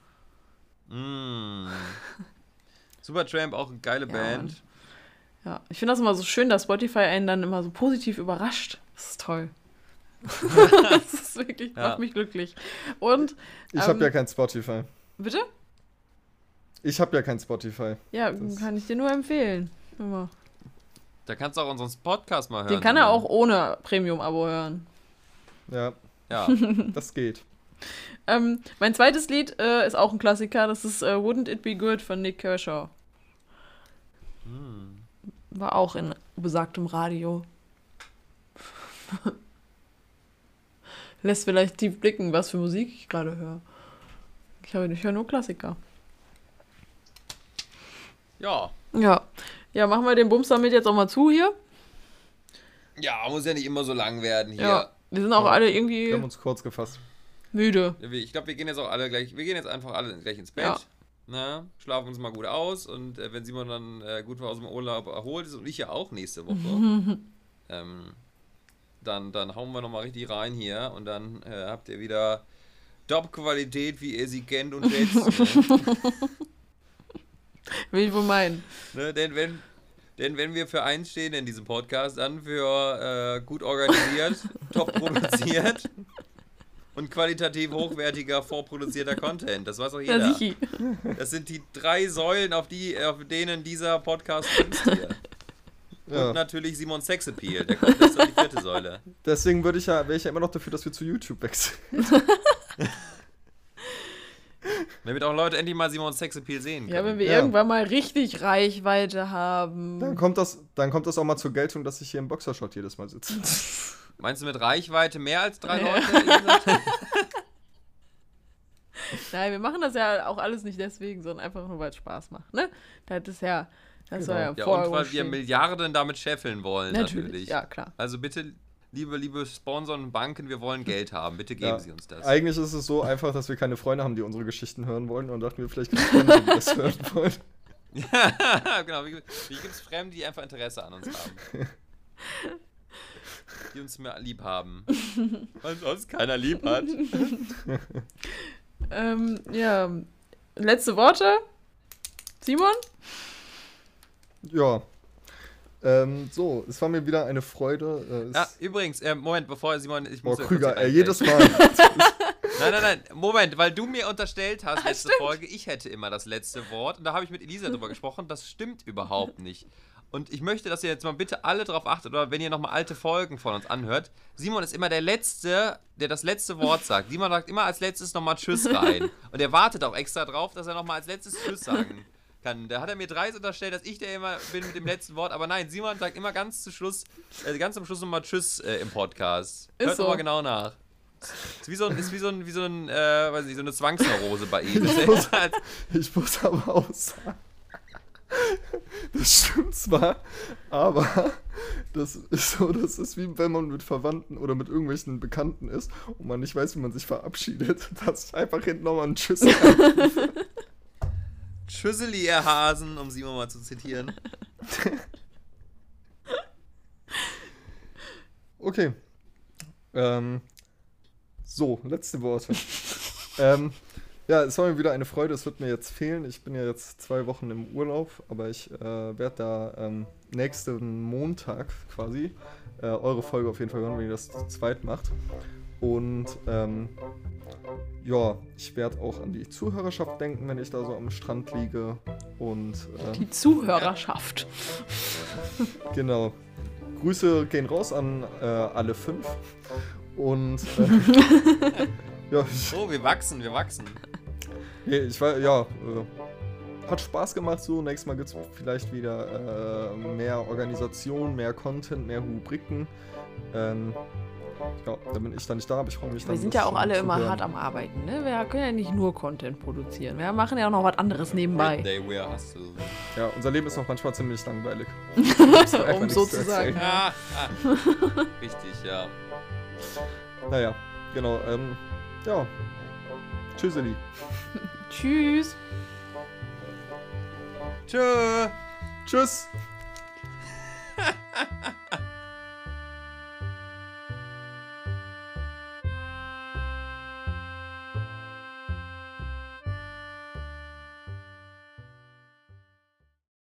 Mm. Supertramp, auch eine geile Ja, Band. Mann. Ja, ich finde das immer so schön, dass Spotify einen dann immer so positiv überrascht. Das ist toll. Das ist wirklich, Ja. macht mich glücklich. Und, Ich Ähm, habe ja kein Spotify. bitte? Ich habe ja kein Spotify. Ja, Das- kann ich dir nur empfehlen. Immer. Da kannst du auch unseren Podcast mal hören. Den kann er Simon. auch ohne Premium-Abo hören. Ja. Ja. Das geht. Ähm, mein zweites Lied äh, ist auch ein Klassiker. Das ist äh, Wouldn't It Be Good von Nick Kershaw. Hm. War auch in besagtem Radio. Lässt vielleicht tief blicken, was für Musik ich gerade höre. Ich, hab- ich höre nur Klassiker. Ja. Ja. Ja, machen wir den Bums damit jetzt auch mal zu hier. Ja, muss ja nicht immer so lang werden hier. Ja. Wir sind auch Ja. alle Wir irgendwie haben uns kurz gefasst. müde. Ich glaube, wir gehen jetzt auch alle gleich, wir gehen jetzt einfach alle gleich ins Bett. Ja. Ne? Schlafen uns mal gut aus und äh, wenn Simon dann äh, gut aus dem Urlaub erholt ist und ich ja auch nächste Woche, ähm, dann, dann hauen wir nochmal richtig rein hier und dann äh, habt ihr wieder Top-Qualität, wie ihr sie kennt und schätzt. Ne? Will ich wohl meinen. Ne? Denn, wenn, denn wenn wir für eins stehen in diesem Podcast, dann für äh, gut organisiert, top produziert und qualitativ hochwertiger, vorproduzierter Content. Das weiß auch jeder. Ja, sichi. Das sind die drei Säulen, auf, die, auf denen dieser Podcast fußt hier. Ja. Und natürlich Simon Sexappeal, der kommt jetzt auf die vierte Säule. Deswegen würde ich ja, wäre ich ja immer noch dafür, dass wir zu YouTube wechseln. Damit auch Leute endlich mal Simon Sexappeal sehen können. Ja, wenn wir Ja. irgendwann mal richtig Reichweite haben. Dann kommt das, dann kommt das auch mal zur Geltung, dass ich hier im Boxershot jedes Mal sitze. Meinst du mit Reichweite mehr als drei Ja. Leute? Nein, wir machen das ja auch alles nicht deswegen, sondern einfach nur, weil es Spaß macht, ne? Das ist ja, das soll ja im Ja, und Vordergrund weil wir stehen. Milliarden damit scheffeln wollen, natürlich. Natürlich, ja, klar. Also bitte, liebe, liebe Sponsoren und Banken, wir wollen Geld haben. Bitte geben Ja. Sie uns das. Eigentlich ist es so einfach, dass wir keine Freunde haben, die unsere Geschichten hören wollen und dachten wir, vielleicht gibt es Freunde, die das hören wollen. Ja, genau. Wie, wie gibt es Fremde, die einfach Interesse an uns haben? Die uns mehr lieb haben. Weil sonst keiner lieb hat. Ähm, ja, letzte Worte? Simon? Ja. Ähm, so, es war mir wieder eine Freude. Äh, es, Ja, übrigens, äh, Moment, bevor Simon, ich muss boah, ja Krüger, kurz ey, hier jedes Mal. Nein, nein, nein, Moment, weil du mir unterstellt hast, letzte Folge, ich hätte immer das letzte Wort. Und da habe ich mit Elisa drüber gesprochen, das stimmt überhaupt nicht. Und ich möchte, dass ihr jetzt mal bitte alle drauf achtet, oder wenn ihr nochmal alte Folgen von uns anhört, Simon ist immer der Letzte, der das letzte Wort sagt. Simon sagt immer als letztes nochmal Tschüss rein. Und er wartet auch extra drauf, dass er nochmal als letztes Tschüss sagen kann. Da hat er mir dreist unterstellt, dass ich der immer bin mit dem letzten Wort. Aber nein, Simon sagt immer ganz zum Schluss, äh, ganz zum Schluss nochmal Tschüss äh, im Podcast. Ist Hört so. nochmal genau nach. Ist wie so, ein, ist wie so, ein, wie so, ein, äh, weiß nicht, so eine Zwangsneurose bei ihm. Ich muss, ich muss aber auch sagen, das stimmt zwar, aber das ist so, das ist wie wenn man mit Verwandten oder mit irgendwelchen Bekannten ist und man nicht weiß, wie man sich verabschiedet, dass ich einfach hinten nochmal einen Tschüss reinrufe. Tschüsseli, ihr Hasen, um Simon mal zu zitieren. Okay. Ähm, so, letzte Worte. ähm, ja, es war mir wieder eine Freude, es wird mir jetzt fehlen. Ich bin ja jetzt zwei Wochen im Urlaub, aber ich äh, werde da ähm, nächsten Montag quasi äh, eure Folge auf jeden Fall hören, wenn ihr das zu zweit macht. Und ähm, ja, ich werde auch an die Zuhörerschaft denken, wenn ich da so am Strand liege. Und äh, Die Zuhörerschaft. genau. Grüße gehen raus an äh, alle fünf. Und äh, ja, ich, Oh, wir wachsen, wir wachsen. nee, ich war, ja, äh, hat Spaß gemacht so. Nächstes Mal gibt es vielleicht wieder äh, mehr Organisation, mehr Content, mehr Rubriken. Ähm, ja, da bin ich dann nicht da, aber ich freue mich dann. Wir sind das ja auch schon alle zu immer hören. hart am Arbeiten, ne? Wir können ja nicht nur Content produzieren. Wir machen ja auch noch was anderes nebenbei. They were hustle. Ja, unser Leben ist noch manchmal ziemlich langweilig. Einfach Um nichts so zu zu sagen. erzählen. Ah, ah. Richtig, ja. Naja, genau. Ähm, ja. Tschüsseli. Tschüss. Tschö. Tschüss.